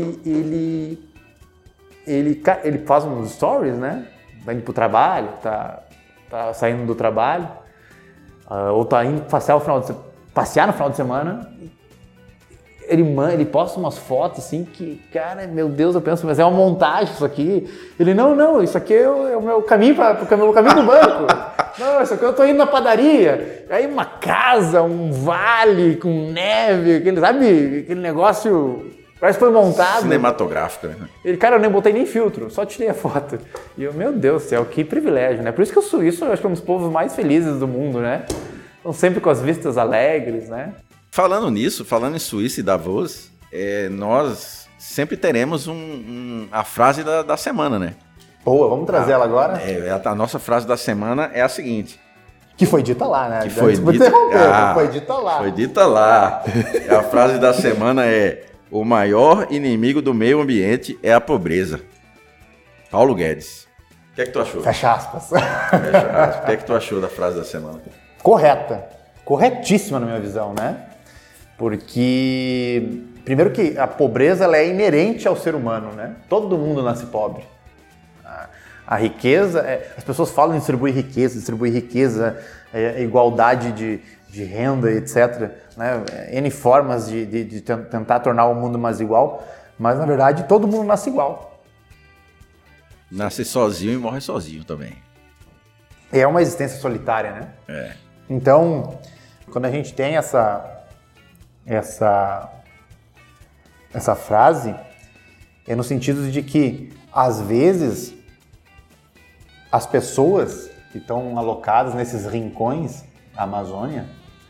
ele faz uns stories, né? Tá indo pro trabalho, tá saindo do trabalho, ou tá indo passear no final de semana. Ele posta umas fotos assim que, cara, meu Deus, eu penso, mas é uma montagem isso aqui. Ele, não, isso aqui é o meu caminho do banco. Não, isso aqui eu tô indo na padaria. Aí uma casa, um vale com neve, aquele negócio, parece que foi montado. Cinematográfico, né? Ele, cara, eu nem botei nem filtro, só tirei a foto. E eu, meu Deus do céu, que privilégio, né? Por isso que o suíço, eu acho que é um dos povos mais felizes do mundo, né? Estão sempre com as vistas alegres, né? Falando em Suíça e Davos, nós sempre teremos a frase da semana, né? Boa, vamos trazer ela agora. A nossa frase da semana é a seguinte. Que foi dita lá, né? Que foi dita lá. Foi dita lá. A frase da semana é: o maior inimigo do meio ambiente é a pobreza. Paulo Guedes. O que é que tu achou? Fecha aspas. Fecha aspas. O que é que tu achou da frase da semana? Correta. Corretíssima na minha visão, né? Porque, primeiro que a pobreza ela é inerente ao ser humano, né? Todo mundo nasce pobre. A riqueza, as pessoas falam em distribuir riqueza, igualdade de renda, etc. Né? N formas de tentar tornar o mundo mais igual, mas na verdade todo mundo nasce igual. Nasce sozinho e morre sozinho também. É uma existência solitária, né? É. Então, quando a gente tem essa frase, é no sentido de que, às vezes, as pessoas que estão alocadas nesses rincões da Amazônia,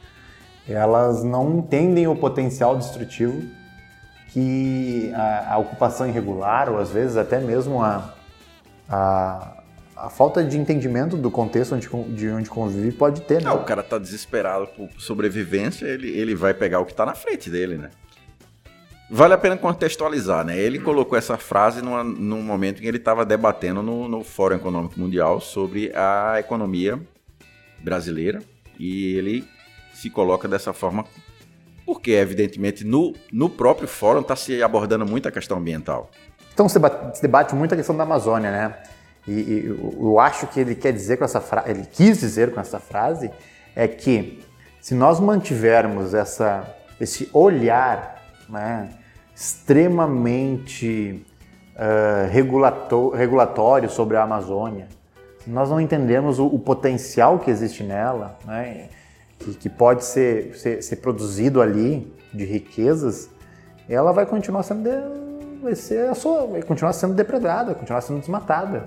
elas não entendem o potencial destrutivo que a ocupação irregular, ou às vezes até mesmo a falta de entendimento do contexto de onde convive pode ter, né? O cara tá desesperado por sobrevivência, ele vai pegar o que tá na frente dele, né? Vale a pena contextualizar, né? Ele colocou essa frase num momento em que ele estava debatendo no Fórum Econômico Mundial sobre a economia brasileira, e ele se coloca dessa forma porque, evidentemente, no próprio fórum está se abordando muito a questão ambiental. Então se debate muito a questão da Amazônia, né? E eu acho que ele quer dizer com essa frase, ele quis dizer com essa frase, é que se nós mantivermos esse olhar, né, extremamente regulatório sobre a Amazônia, se nós não entendermos o potencial que existe nela, né, que pode ser produzido ali de riquezas, ela vai continuar sendo vai continuar sendo depredada, vai continuar sendo desmatada.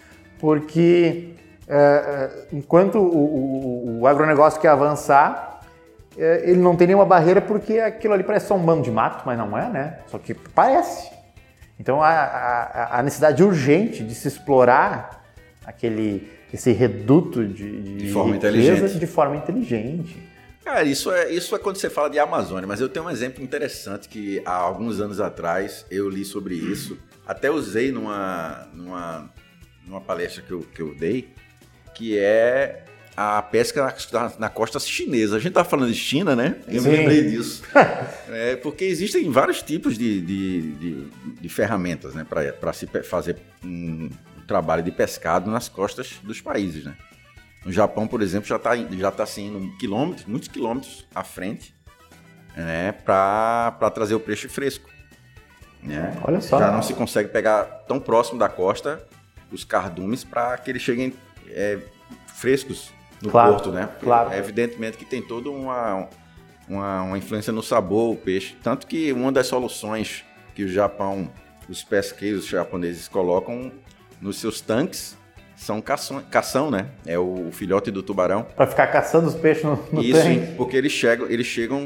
Porque enquanto o agronegócio quer avançar, ele não tem nenhuma barreira, porque aquilo ali parece só um bando de mato, mas não é, né? Só que parece. Então a necessidade urgente de se explorar esse reduto de forma riqueza inteligente. De forma inteligente. Cara, isso é quando você fala de Amazônia, mas eu tenho um exemplo interessante que há alguns anos atrás eu li sobre isso, até usei numa palestra que eu dei, que é a pesca na costa chinesa. A gente tá falando de China, né? Eu me lembrei disso. Porque existem vários tipos de ferramentas, né, para se fazer um trabalho de pescado nas costas dos países, né? No Japão, por exemplo, já tá assim, muitos quilômetros à frente, né, para trazer o peixe fresco. Né? Olha só. Já não se consegue pegar tão próximo da costa os cardumes para que eles cheguem frescos no porto, né? Porque, claro. Evidentemente que tem toda uma influência no sabor, o peixe. Tanto que uma das soluções que os pesqueiros japoneses colocam nos seus tanques são cação, né? É o filhote do tubarão. Para ficar caçando os peixes no tanque. Isso, porque eles chegam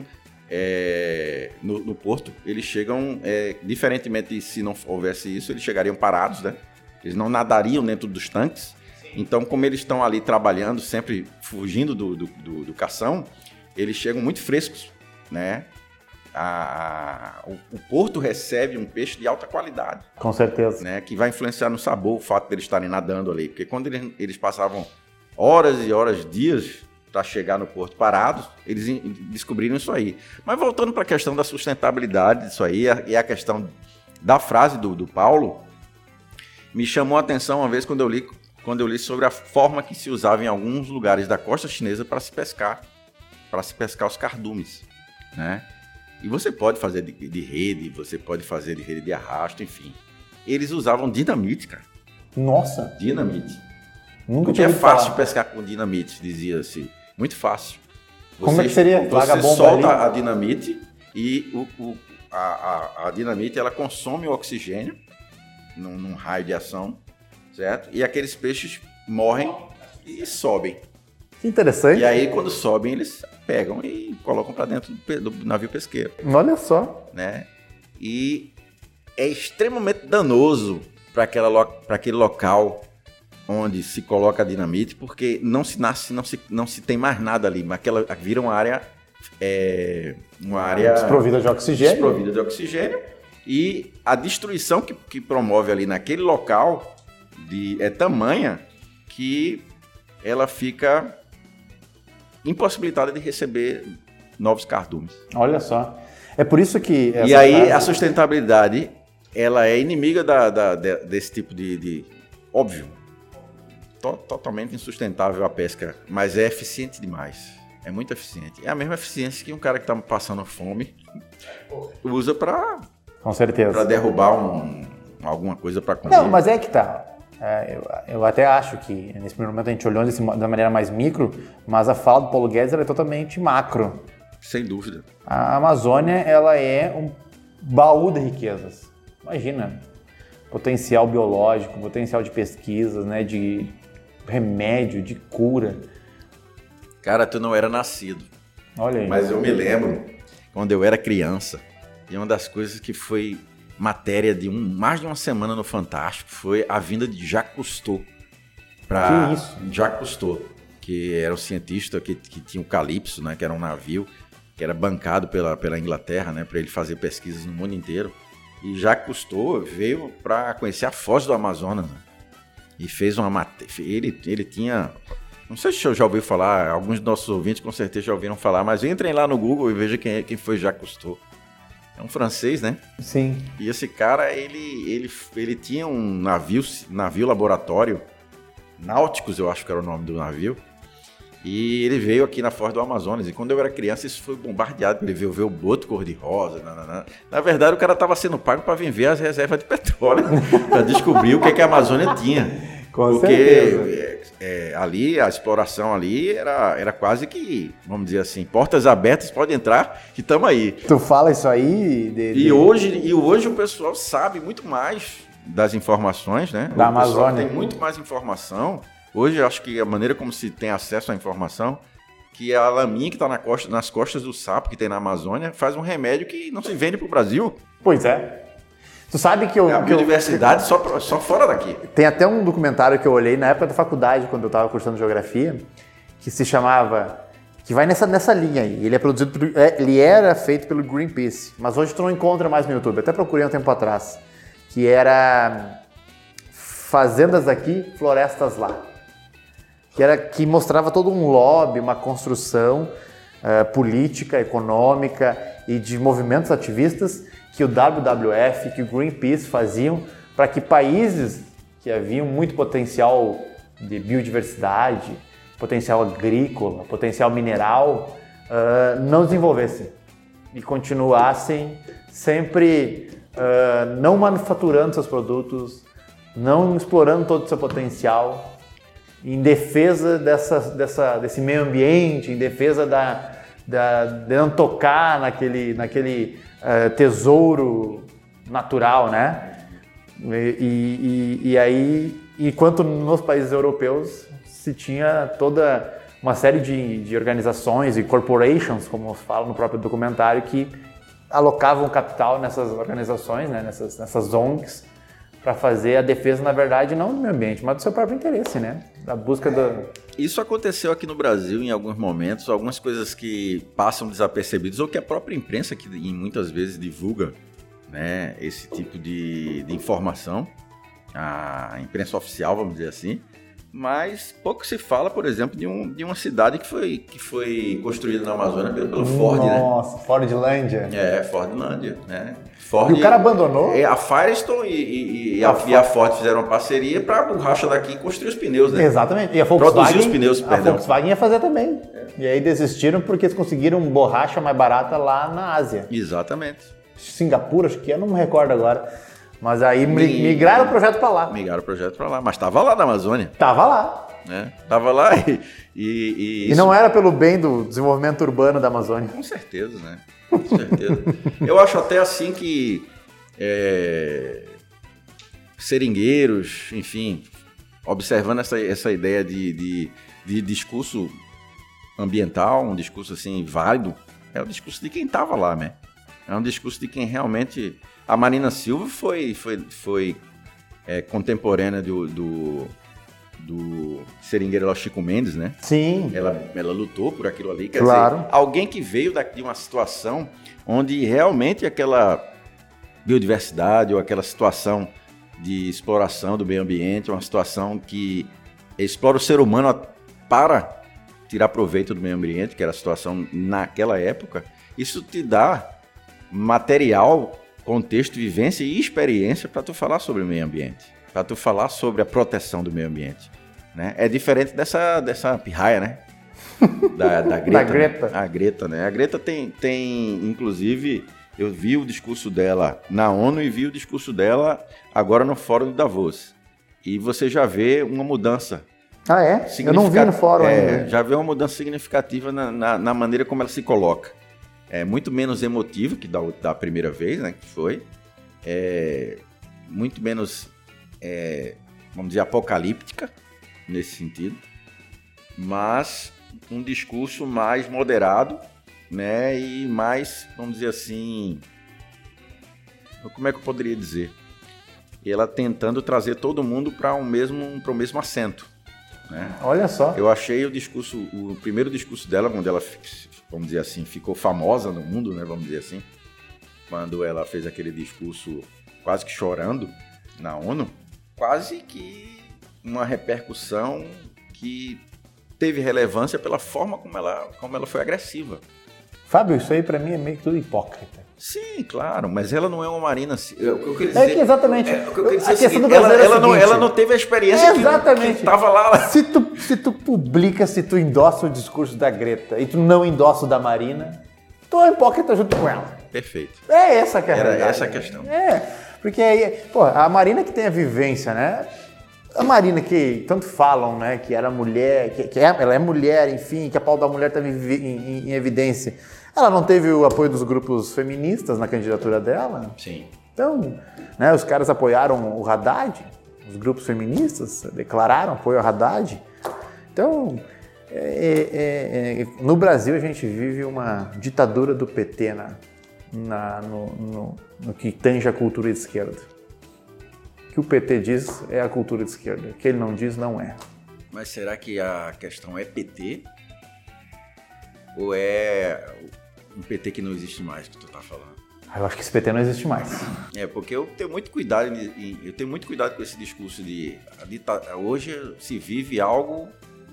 no porto, eles chegam, diferentemente se não houvesse isso, eles chegariam parados, né? Eles não nadariam dentro dos tanques. Então, como eles estão ali trabalhando, sempre fugindo do cação, eles chegam muito frescos, né? O porto recebe um peixe de alta qualidade. Com certeza. Né? Que vai influenciar no sabor o fato de eles estarem nadando ali. Porque quando eles passavam horas e horas, dias para chegar no porto parados, eles descobriram isso aí. Mas voltando para a questão da sustentabilidade disso aí, e a questão da frase do Paulo, me chamou a atenção uma vez quando eu li sobre a forma que se usava em alguns lugares da costa chinesa para se pescar os cardumes, né? E você pode fazer de rede, você pode fazer de rede de arrasto, enfim. Eles usavam dinamite, cara. Nossa! Dinamite. Nunca Porque é fácil pescar com dinamite, dizia-se. Muito fácil. Como é que seria? Você solta a dinamite e a dinamite ela consome o oxigênio num raio de ação, certo? E aqueles peixes morrem e sobem. Que interessante. E aí, quando sobem, eles pegam e colocam para dentro do navio pesqueiro. Olha só. Né? E é extremamente danoso para aquele local onde se coloca a dinamite, porque não se tem mais nada ali, mas aquela vira uma área desprovida de oxigênio. E a destruição que promove ali naquele local é tamanha que ela fica impossibilitada de receber novos cardumes. Olha só. É por isso que... E aí a sustentabilidade, ela é inimiga desse tipo de... Óbvio, totalmente insustentável a pesca, mas é eficiente demais. É muito eficiente. É a mesma eficiência que um cara que está passando fome usa para... Com certeza. Para derrubar alguma coisa para comer. Não, mas é que tá. Eu até acho que nesse primeiro momento a gente olhou da maneira mais micro, mas a fala do Paulo Guedes ela é totalmente macro. Sem dúvida. A Amazônia ela é um baú de riquezas. Imagina, potencial biológico, potencial de pesquisas, né, de remédio, de cura. Cara, tu não era nascido. Olha aí. Mas eu me lembro quando eu era criança. E uma das coisas que foi matéria de mais de uma semana no Fantástico foi a vinda de Jacques Cousteau. Que isso? Jacques Cousteau, que era um cientista que tinha o Calypso, né, que era um navio que era bancado pela Inglaterra, né, para ele fazer pesquisas no mundo inteiro. E Jacques Cousteau veio para conhecer a foz do Amazonas, né, e fez uma matéria. Ele tinha... Não sei se eu já ouvi falar, alguns dos nossos ouvintes com certeza já ouviram falar, mas entrem lá no Google e vejam quem foi Jacques Cousteau. É um francês, né? Sim. E esse cara, ele tinha um navio laboratório, Náuticos, eu acho que era o nome do navio, e ele veio aqui na Foz do Amazonas. E quando eu era criança, isso foi bombardeado. Ele veio ver o boto cor-de-rosa. Na verdade, o cara estava sendo pago para vir ver as reservas de petróleo, para descobrir o que a Amazônia tinha. Com certeza. Porque ali, a exploração ali era quase que, vamos dizer assim, portas abertas, pode entrar, que estamos aí. Tu fala isso aí... E hoje o pessoal sabe muito mais das informações, né? Da Amazônia. O pessoal tem muito mais informação. Hoje, eu acho que a maneira como se tem acesso à informação, que a laminha que está nas costas do sapo que tem na Amazônia faz um remédio que não se vende para o Brasil. Pois é. Tu sabe que a biodiversidade só fora daqui. Tem até um documentário que eu olhei na época da faculdade, quando eu estava cursando geografia, que se chamava... Que vai nessa linha aí. Ele era feito pelo Greenpeace, mas hoje tu não encontra mais no YouTube. Até procurei um tempo atrás. Que era Fazendas Aqui, Florestas Lá. Que mostrava todo um lobby, uma construção política, econômica e de movimentos ativistas que o WWF, que o Greenpeace faziam para que países que haviam muito potencial de biodiversidade, potencial agrícola, potencial mineral, não desenvolvessem e continuassem sempre não manufaturando seus produtos, não explorando todo o seu potencial, em defesa desse meio ambiente, em defesa de não tocar naquele tesouro natural, né? E aí, enquanto nos países europeus se tinha toda uma série de organizações e corporations, como fala no próprio documentário, que alocavam capital nessas organizações, né? nessas ONGs, para fazer a defesa, na verdade, não do meio ambiente, mas do seu próprio interesse, né? Da busca Isso aconteceu aqui no Brasil em alguns momentos, algumas coisas que passam desapercebidas, ou que a própria imprensa, que muitas vezes divulga, né, esse tipo de informação, a imprensa oficial, vamos dizer assim, mas pouco se fala, por exemplo, de uma cidade que foi construída na Amazônia pelo Ford, né? Nossa, Fordlândia. Fordlândia, né? E o cara abandonou? A Firestone e a Ford fizeram uma parceria para a borracha daqui construir os pneus, né? Exatamente. E a Volkswagen, produzir os pneus, perdão. A Volkswagen ia fazer também. E aí desistiram porque eles conseguiram borracha mais barata lá na Ásia. Exatamente. Singapura, acho que eu não me recordo agora. Mas aí migraram o projeto para lá. Migraram o projeto para lá, mas estava lá na Amazônia. Tava lá. Né? Tava lá e não era pelo bem do desenvolvimento urbano da Amazônia. Com certeza, né? Com certeza. Eu acho até assim que seringueiros, enfim, observando essa ideia de discurso ambiental, um discurso assim válido, é o discurso de quem estava lá, né? É um discurso de quem realmente... A Marina Silva foi contemporânea do seringueiro lá, Chico Mendes, né? Sim. Ela lutou por aquilo ali. Quer Claro. dizer, alguém que veio de uma situação onde realmente aquela biodiversidade ou aquela situação de exploração do meio ambiente, uma situação que explora o ser humano para tirar proveito do meio ambiente, que era a situação naquela época, isso te dá material, contexto, vivência e experiência para tu falar sobre o meio ambiente, para tu falar sobre a proteção do meio ambiente. Né? É diferente dessa pirraia, né? Da Greta. Da Greta. Né? A Greta, né? A Greta tem, inclusive, eu vi o discurso dela na ONU e vi o discurso dela agora no Fórum de Davos. E você já vê uma mudança. Ah, é? Eu não vi no fórum ainda. Já vê uma mudança significativa na maneira como ela se coloca. É muito menos emotiva que da primeira vez, né? Que foi. Muito menos, vamos dizer, apocalíptica. Nesse sentido, mas um discurso mais moderado, né, e mais, vamos dizer assim, como é que eu poderia dizer? Ela tentando trazer todo mundo para o mesmo assento, né? Olha só. Eu achei o primeiro discurso dela, quando ela, vamos dizer assim, ficou famosa no mundo, né, vamos dizer assim, quando ela fez aquele discurso quase que chorando na ONU, quase que uma repercussão que teve relevância pela forma como ela foi agressiva. Fábio, isso aí pra mim é meio que tudo hipócrita. Sim, claro, mas ela não é uma Marina... Exatamente. A questão do brasileiro ela não teve a experiência que estava lá. Se tu publica, se tu endossa o discurso da Greta e tu não endossa o da Marina, tu é hipócrita junto com ela. Perfeito. É essa que é a realidade. Era essa a questão. Porque aí, pô, a Marina que tem a vivência, né? A Marina que tanto falam, né, que era mulher, ela é mulher, enfim, que a pauta da mulher está em evidência. Ela não teve o apoio dos grupos feministas na candidatura dela. Sim. Então, né, os caras apoiaram o Haddad, os grupos feministas declararam apoio ao Haddad. Então, no Brasil a gente vive uma ditadura do PT no que tange a cultura de esquerda. O que o PT diz é a cultura de esquerda. O que ele não diz, não é. Mas será que a questão é PT? Ou é um PT que não existe mais, que tu tá falando? Eu acho que esse PT não existe mais. Porque eu tenho muito cuidado com esse discurso de... Hoje se vive algo...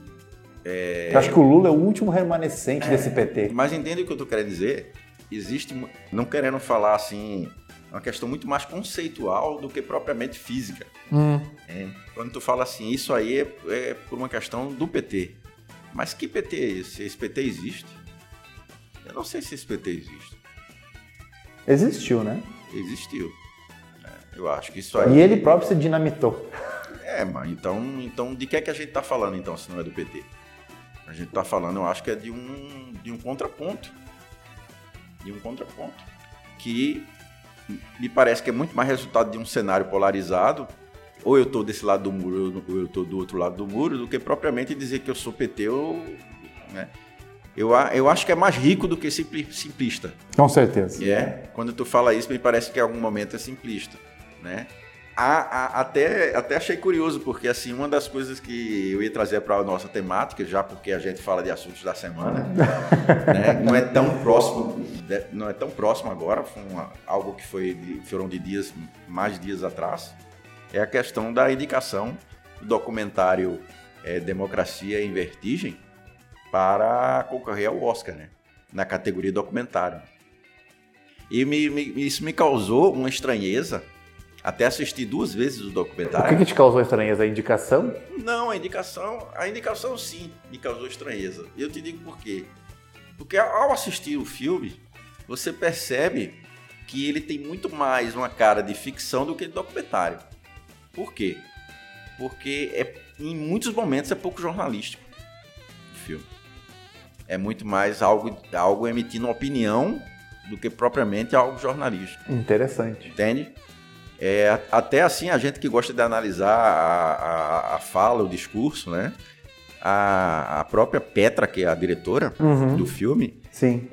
Eu acho que o Lula é o último remanescente desse PT. Mas entende o que eu tô querendo dizer? Existe, não querendo falar assim... uma questão muito mais conceitual do que propriamente física. Quando tu fala assim, isso aí é por uma questão do PT. Mas que PT é esse? Esse PT existe? Eu não sei se esse PT existe. Existiu, né? Existiu. Eu acho que isso aí... E ele próprio se dinamitou. Mas então de que é que a gente tá falando, então, se não é do PT? A gente tá falando, eu acho que é de um contraponto. De um contraponto. Que... me parece que é muito mais resultado de um cenário polarizado, ou eu estou desse lado do muro, ou eu estou do outro lado do muro, do que propriamente dizer que eu sou PT, né? Eu acho que é mais rico do que simplista. Com certeza. Quando tu fala isso, me parece que em algum momento é simplista, né? Até achei curioso, porque assim, uma das coisas que eu ia trazer para a nossa temática, já porque a gente fala de assuntos da semana, né? Não é tão próximo agora, foi algo que foram de mais dias atrás, é a questão da indicação do documentário Democracia em Vertigem para concorrer ao Oscar, né? Na categoria documentário. E isso me causou uma estranheza. Até assisti 2 vezes o documentário. O que te causou estranheza? A indicação? Não, a indicação sim me causou estranheza. E eu te digo por quê. Porque ao assistir o filme, você percebe que ele tem muito mais uma cara de ficção do que de documentário. Por quê? Porque em muitos momentos é pouco jornalístico o filme. É muito mais algo emitindo opinião do que propriamente algo jornalístico. Interessante. Entende? Até assim, a gente que gosta de analisar a fala, o discurso, né? A própria Petra, que é a diretora do filme, sim,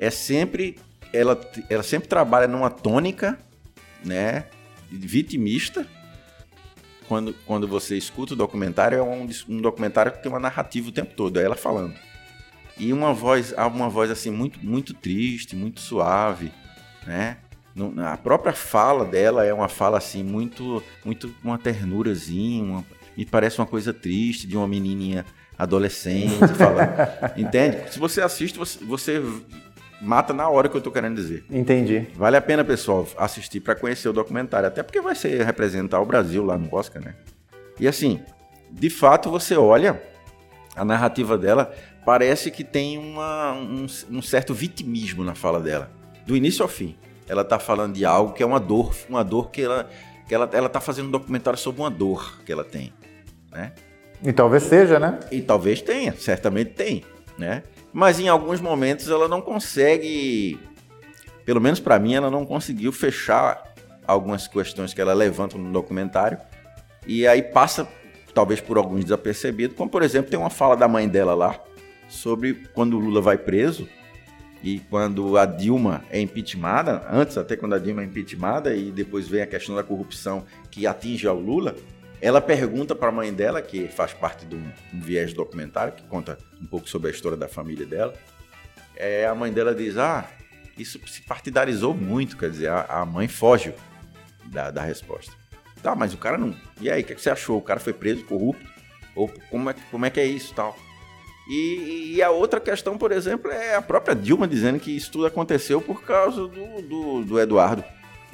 ela sempre trabalha numa tônica, né, vitimista, quando você escuta o documentário, é um documentário que tem uma narrativa o tempo todo, é ela falando. E uma voz assim muito, muito triste, muito suave, né? A própria fala dela é uma fala assim muito, muito uma ternurazinha, me parece uma coisa triste de uma menininha adolescente falando, entende? Se você assiste, você mata na hora que eu tô querendo dizer. Entendi. Vale a pena, pessoal, assistir para conhecer o documentário, até porque vai ser representar o Brasil lá no Oscar, né? E assim, de fato, você olha a narrativa dela, parece que tem um certo vitimismo na fala dela, do início ao fim. Ela tá falando de algo que é uma dor que ela tá fazendo um documentário sobre uma dor que ela tem, né? E talvez seja, né? E talvez tenha, certamente tem, né? Mas em alguns momentos ela não consegue, pelo menos para mim, ela não conseguiu fechar algumas questões que ela levanta no documentário e aí passa, talvez por alguns desapercebidos, como por exemplo tem uma fala da mãe dela lá sobre quando o Lula vai preso e quando a Dilma é impeachmentada, antes até quando a Dilma é impeachmentada e depois vem a questão da corrupção que atinge ao Lula, ela pergunta para a mãe dela, que faz parte de um viés documentário, que conta um pouco sobre a história da família dela. A mãe dela diz, isso se partidarizou muito, quer dizer, a mãe foge da resposta. Tá, mas o cara não... E aí, o que você achou? O cara foi preso, corrupto? Ou como é que é isso e tal? E a outra questão, por exemplo, é a própria Dilma dizendo que isso tudo aconteceu por causa do Eduardo.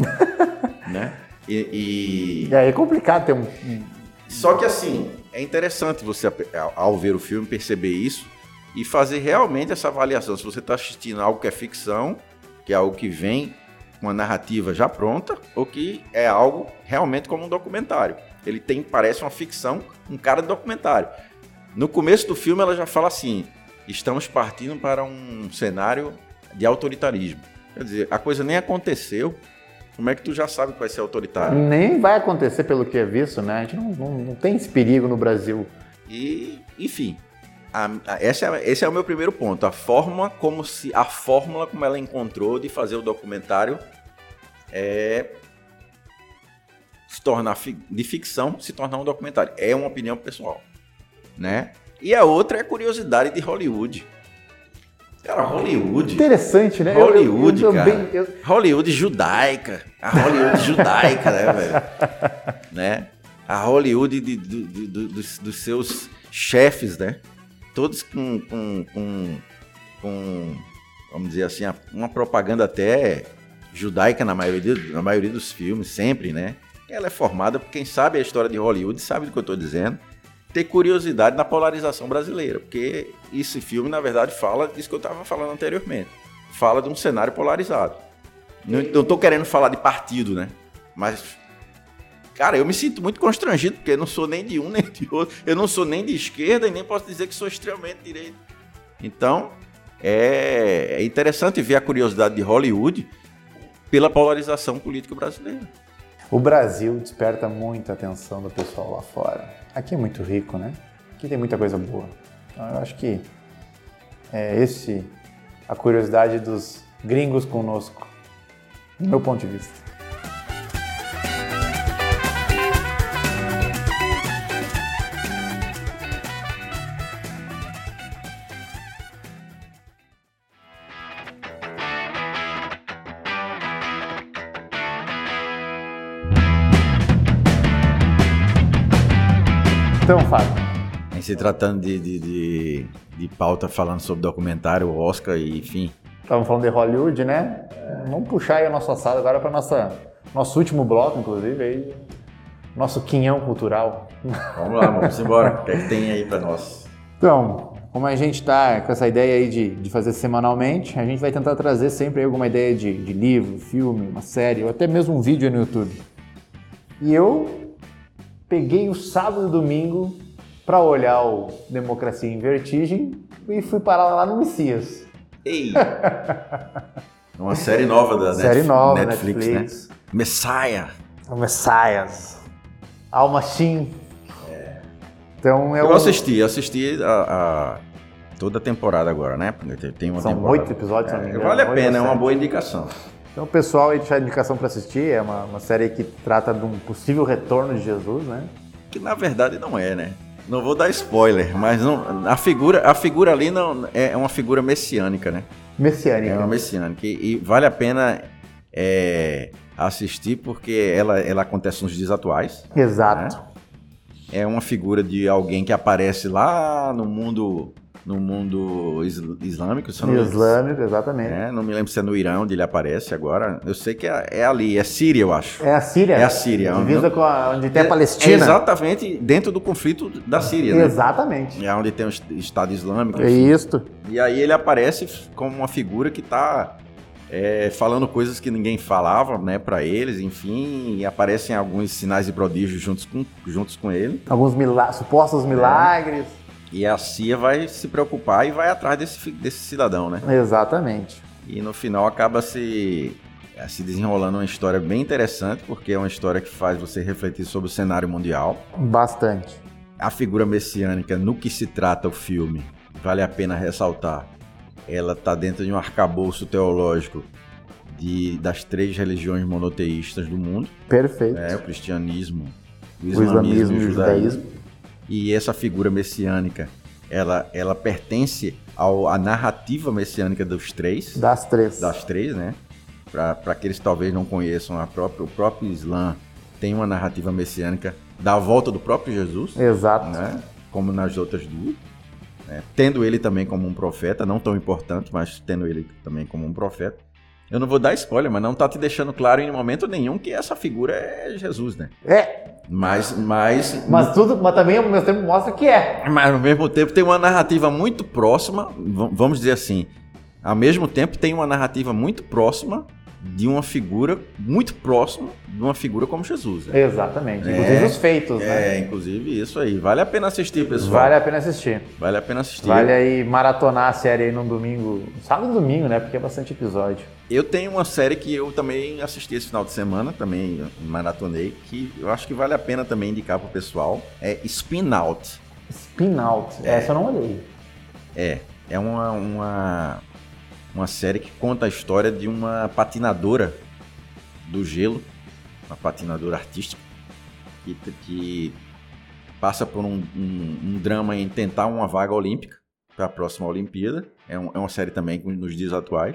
Né? E aí é complicado ter Só que assim, é interessante você, ao ver o filme, perceber isso e fazer realmente essa avaliação. Se você está assistindo algo que é ficção, que é algo que vem com a narrativa já pronta, ou que é algo realmente como um documentário. Ele parece uma ficção, um cara de documentário. No começo do filme ela já fala assim, estamos partindo para um cenário de autoritarismo. Quer dizer, a coisa nem aconteceu. Como é que tu já sabe que vai ser autoritário? Nem vai acontecer pelo que é visto, né? A gente não tem esse perigo no Brasil. E, enfim, esse é o meu primeiro ponto. A fórmula como ela encontrou de fazer o documentário se tornar de ficção, se tornar um documentário. É uma opinião pessoal, né? E a outra é a curiosidade de Hollywood. Cara, Hollywood. Interessante, né? Hollywood, cara. Hollywood judaica. A Hollywood judaica, né, velho? Né? A Hollywood dos seus chefes, né? Todos com, vamos dizer assim, uma propaganda até judaica na maioria dos filmes, sempre, né? Ela é formada por quem sabe a história de Hollywood, sabe do que eu estou dizendo. Ter curiosidade na polarização brasileira, porque esse filme, na verdade, fala disso que eu estava falando anteriormente. Fala de um cenário polarizado. Não estou querendo falar de partido, né? Mas, cara, eu me sinto muito constrangido, porque eu não sou nem de um nem de outro. Eu não sou nem de esquerda e nem posso dizer que sou extremamente direito. Então, é interessante ver a curiosidade de Hollywood pela polarização política brasileira. O Brasil desperta muita atenção do pessoal lá fora. Aqui é muito rico, né? Aqui tem muita coisa boa. Então eu acho que é a curiosidade dos gringos conosco, do meu ponto de vista. Então, Fábio. Em se tratando de pauta falando sobre documentário, Oscar e enfim. Estávamos falando de Hollywood, né? Vamos puxar aí a nossa assado agora para nosso último bloco, inclusive, aí, nosso quinhão cultural. Vamos lá, vamos embora. O que é que tem aí para nós? Então, como a gente está com essa ideia aí de fazer semanalmente, a gente vai tentar trazer sempre alguma ideia de livro, filme, uma série, ou até mesmo um vídeo no YouTube. E eu peguei o sábado e domingo para olhar o Democracia em Vertigem e fui parar lá no Messias. Ei! Uma série nova da Netflix, né? Messiah. O Messias. Alma Shin. Então eu assisti toda a temporada agora, né? Tem uma São temporada. 8 episódios, se não me engano. Vale a pena, é uma boa indicação. Então, o pessoal aí deixar a indicação para assistir, é uma série que trata de um possível retorno de Jesus, né? Que na verdade não é, né? Não vou dar spoiler, mas não, a figura ali não é uma figura messiânica, né? Messiânica. É uma messiânica. E vale a pena assistir porque ela acontece nos dias atuais. Exato. Né? É uma figura de alguém que aparece lá no mundo islâmico. Islâmico, exatamente. Não me lembro se é no Irã onde ele aparece agora. Eu sei que é ali, é Síria, eu acho. É a Síria? É a Síria. Divisa com onde tem a Palestina. Exatamente dentro do conflito da Síria, né? Exatamente. É onde tem o Estado Islâmico. É isso. E aí ele aparece como uma figura que está falando coisas que ninguém falava, né, para eles, enfim, e aparecem alguns sinais e prodígios juntos com ele. Alguns supostos milagres. E a CIA vai se preocupar e vai atrás desse cidadão, né? Exatamente. E no final acaba se desenrolando uma história bem interessante, porque é uma história que faz você refletir sobre o cenário mundial. Bastante. A figura messiânica, no que se trata o filme, vale a pena ressaltar. Ela está dentro de um arcabouço teológico das 3 religiões monoteístas do mundo. Perfeito. O cristianismo, o islamismo e o judaísmo. E essa figura messiânica, ela pertence à narrativa messiânica dos 3. Das 3. Das 3, né? Para aqueles que talvez não conheçam, o próprio Islã tem uma narrativa messiânica da volta do próprio Jesus. Exato. Né? Como nas outras 2. Tendo ele também como um profeta, não tão importante, mas tendo ele também como um profeta. Eu não vou dar spoiler, mas não tá te deixando claro em momento nenhum que essa figura é Jesus, né? Mas também ao mesmo tempo mostra que é. Mas ao mesmo tempo tem uma narrativa muito próxima, vamos dizer assim, ao mesmo tempo tem uma narrativa muito próxima de uma figura muito próxima de uma figura como Jesus. Né? Exatamente. Inclusive os feitos, né? Inclusive isso aí. Vale a pena assistir, pessoal. Vale a pena assistir. Vale a pena assistir. Vale aí maratonar a série aí num domingo, sábado e domingo, né? Porque é bastante episódio. Eu tenho uma série que eu também assisti esse final de semana, também maratonei, que eu acho que vale a pena também indicar pro pessoal. É Spin Out. Spin Out? Essa eu não olhei. É uma série que conta a história de uma patinadora do gelo, uma patinadora artística, que passa por um drama em tentar uma vaga olímpica para a próxima Olimpíada. É uma série também nos dias atuais.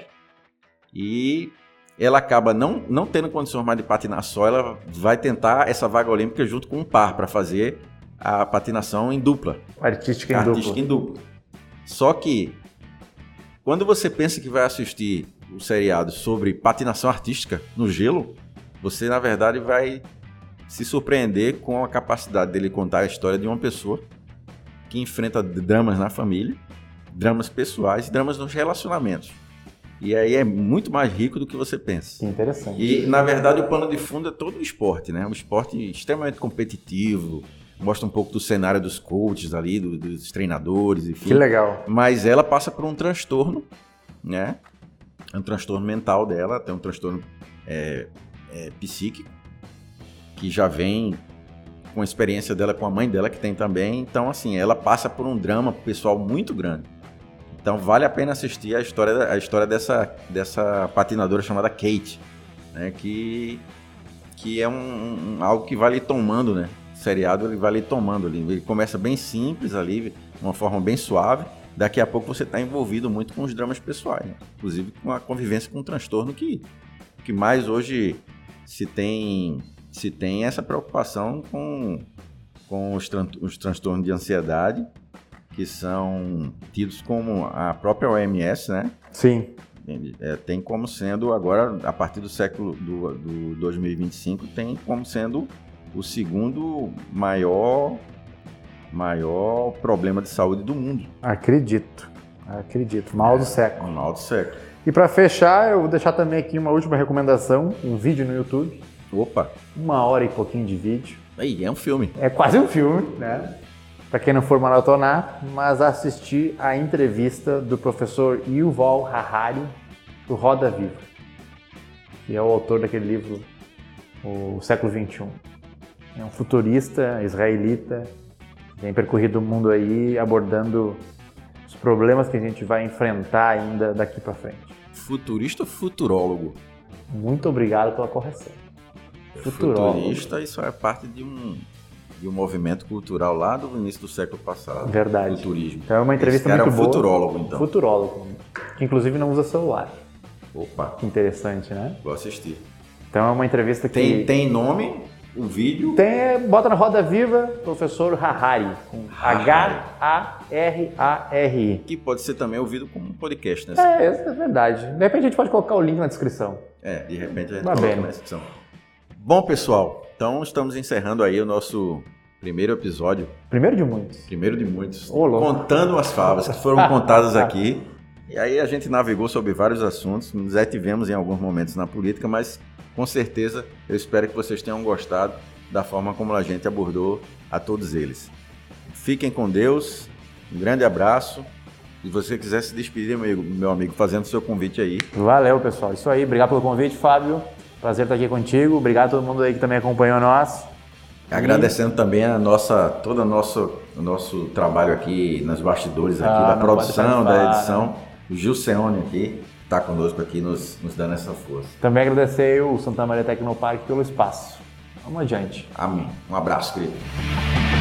E ela acaba não tendo condições mais de patinar só, ela vai tentar essa vaga olímpica junto com um par para fazer a patinação em dupla. Artística em dupla. Só que quando você pensa que vai assistir o seriado sobre patinação artística no gelo, você, na verdade, vai se surpreender com a capacidade dele contar a história de uma pessoa que enfrenta dramas na família, dramas pessoais e dramas nos relacionamentos. E aí é muito mais rico do que você pensa. Que interessante. E, na verdade, o pano de fundo é todo o esporte, né? Um esporte extremamente competitivo, mostra um pouco do cenário dos coaches ali, dos treinadores, enfim. Que legal. Mas ela passa por um transtorno, né? É um transtorno mental dela, tem um transtorno psíquico, que já vem com a experiência dela com a mãe dela, que tem também. Então, assim, ela passa por um drama pessoal muito grande. Então, vale a pena assistir a história dessa patinadora chamada Kate, né? Que é algo que vai lhe tomando, né? O seriado ele vai lhe tomando ali. Ele começa bem simples ali, de uma forma bem suave. Daqui a pouco você está envolvido muito com os dramas pessoais, né? Inclusive com a convivência com um transtorno que mais hoje se tem essa preocupação com os transtornos de ansiedade, que são tidos como a própria OMS, né? Sim. Tem como sendo agora, a partir do século do 2025, tem como sendo o segundo maior problema de saúde do mundo. Acredito. Mal do século. Mal do século. E para fechar, eu vou deixar também aqui uma última recomendação, um vídeo no YouTube. Opa! 1 hora e pouquinho de vídeo. Aí, é um filme. É quase um filme, né? Para quem não for maratonar, mas assistir a entrevista do professor Yuval Harari, do Roda Viva, que é o autor daquele livro, O Século XXI. É um futurista israelita, tem percorrido o mundo aí abordando os problemas que a gente vai enfrentar ainda daqui para frente. Futurista ou futurólogo? Muito obrigado pela correção. Futurista, isso é parte de um movimento cultural lá do início do século passado. Verdade. Do turismo. Então é uma entrevista muito boa. Futurólogo, então. Futurólogo, que inclusive não usa celular. Opa. Que interessante, né? Vou assistir. Então é uma entrevista que... Tem nome, o vídeo? Bota na Roda Viva, professor Harari, com H-A-R-A-R-I. Que pode ser também ouvido como um podcast, né? Isso é verdade. De repente a gente pode colocar o link na descrição. De repente a gente Vai coloca bem. na descrição. Bom, pessoal, então estamos encerrando aí o nosso primeiro episódio. Primeiro de muitos. Primeiro de muitos. Ô, louco. Contando as favas que foram contadas aqui. E aí a gente navegou sobre vários assuntos, nos detivemos em alguns momentos na política, mas com certeza eu espero que vocês tenham gostado da forma como a gente abordou a todos eles. Fiquem com Deus, um grande abraço. Se você quiser se despedir, meu amigo, fazendo o seu convite aí. Valeu, pessoal. Isso aí. Obrigado pelo convite, Fábio. Prazer estar aqui contigo. Obrigado a todo mundo aí que também acompanhou nós. Agradecendo também todo o nosso trabalho aqui nos bastidores aqui, da produção, da edição. O Gilceone aqui está conosco aqui nos dando essa força. Também agradecer o Santa Maria Tecnoparque pelo espaço. Vamos adiante. Amém. Um abraço, querido.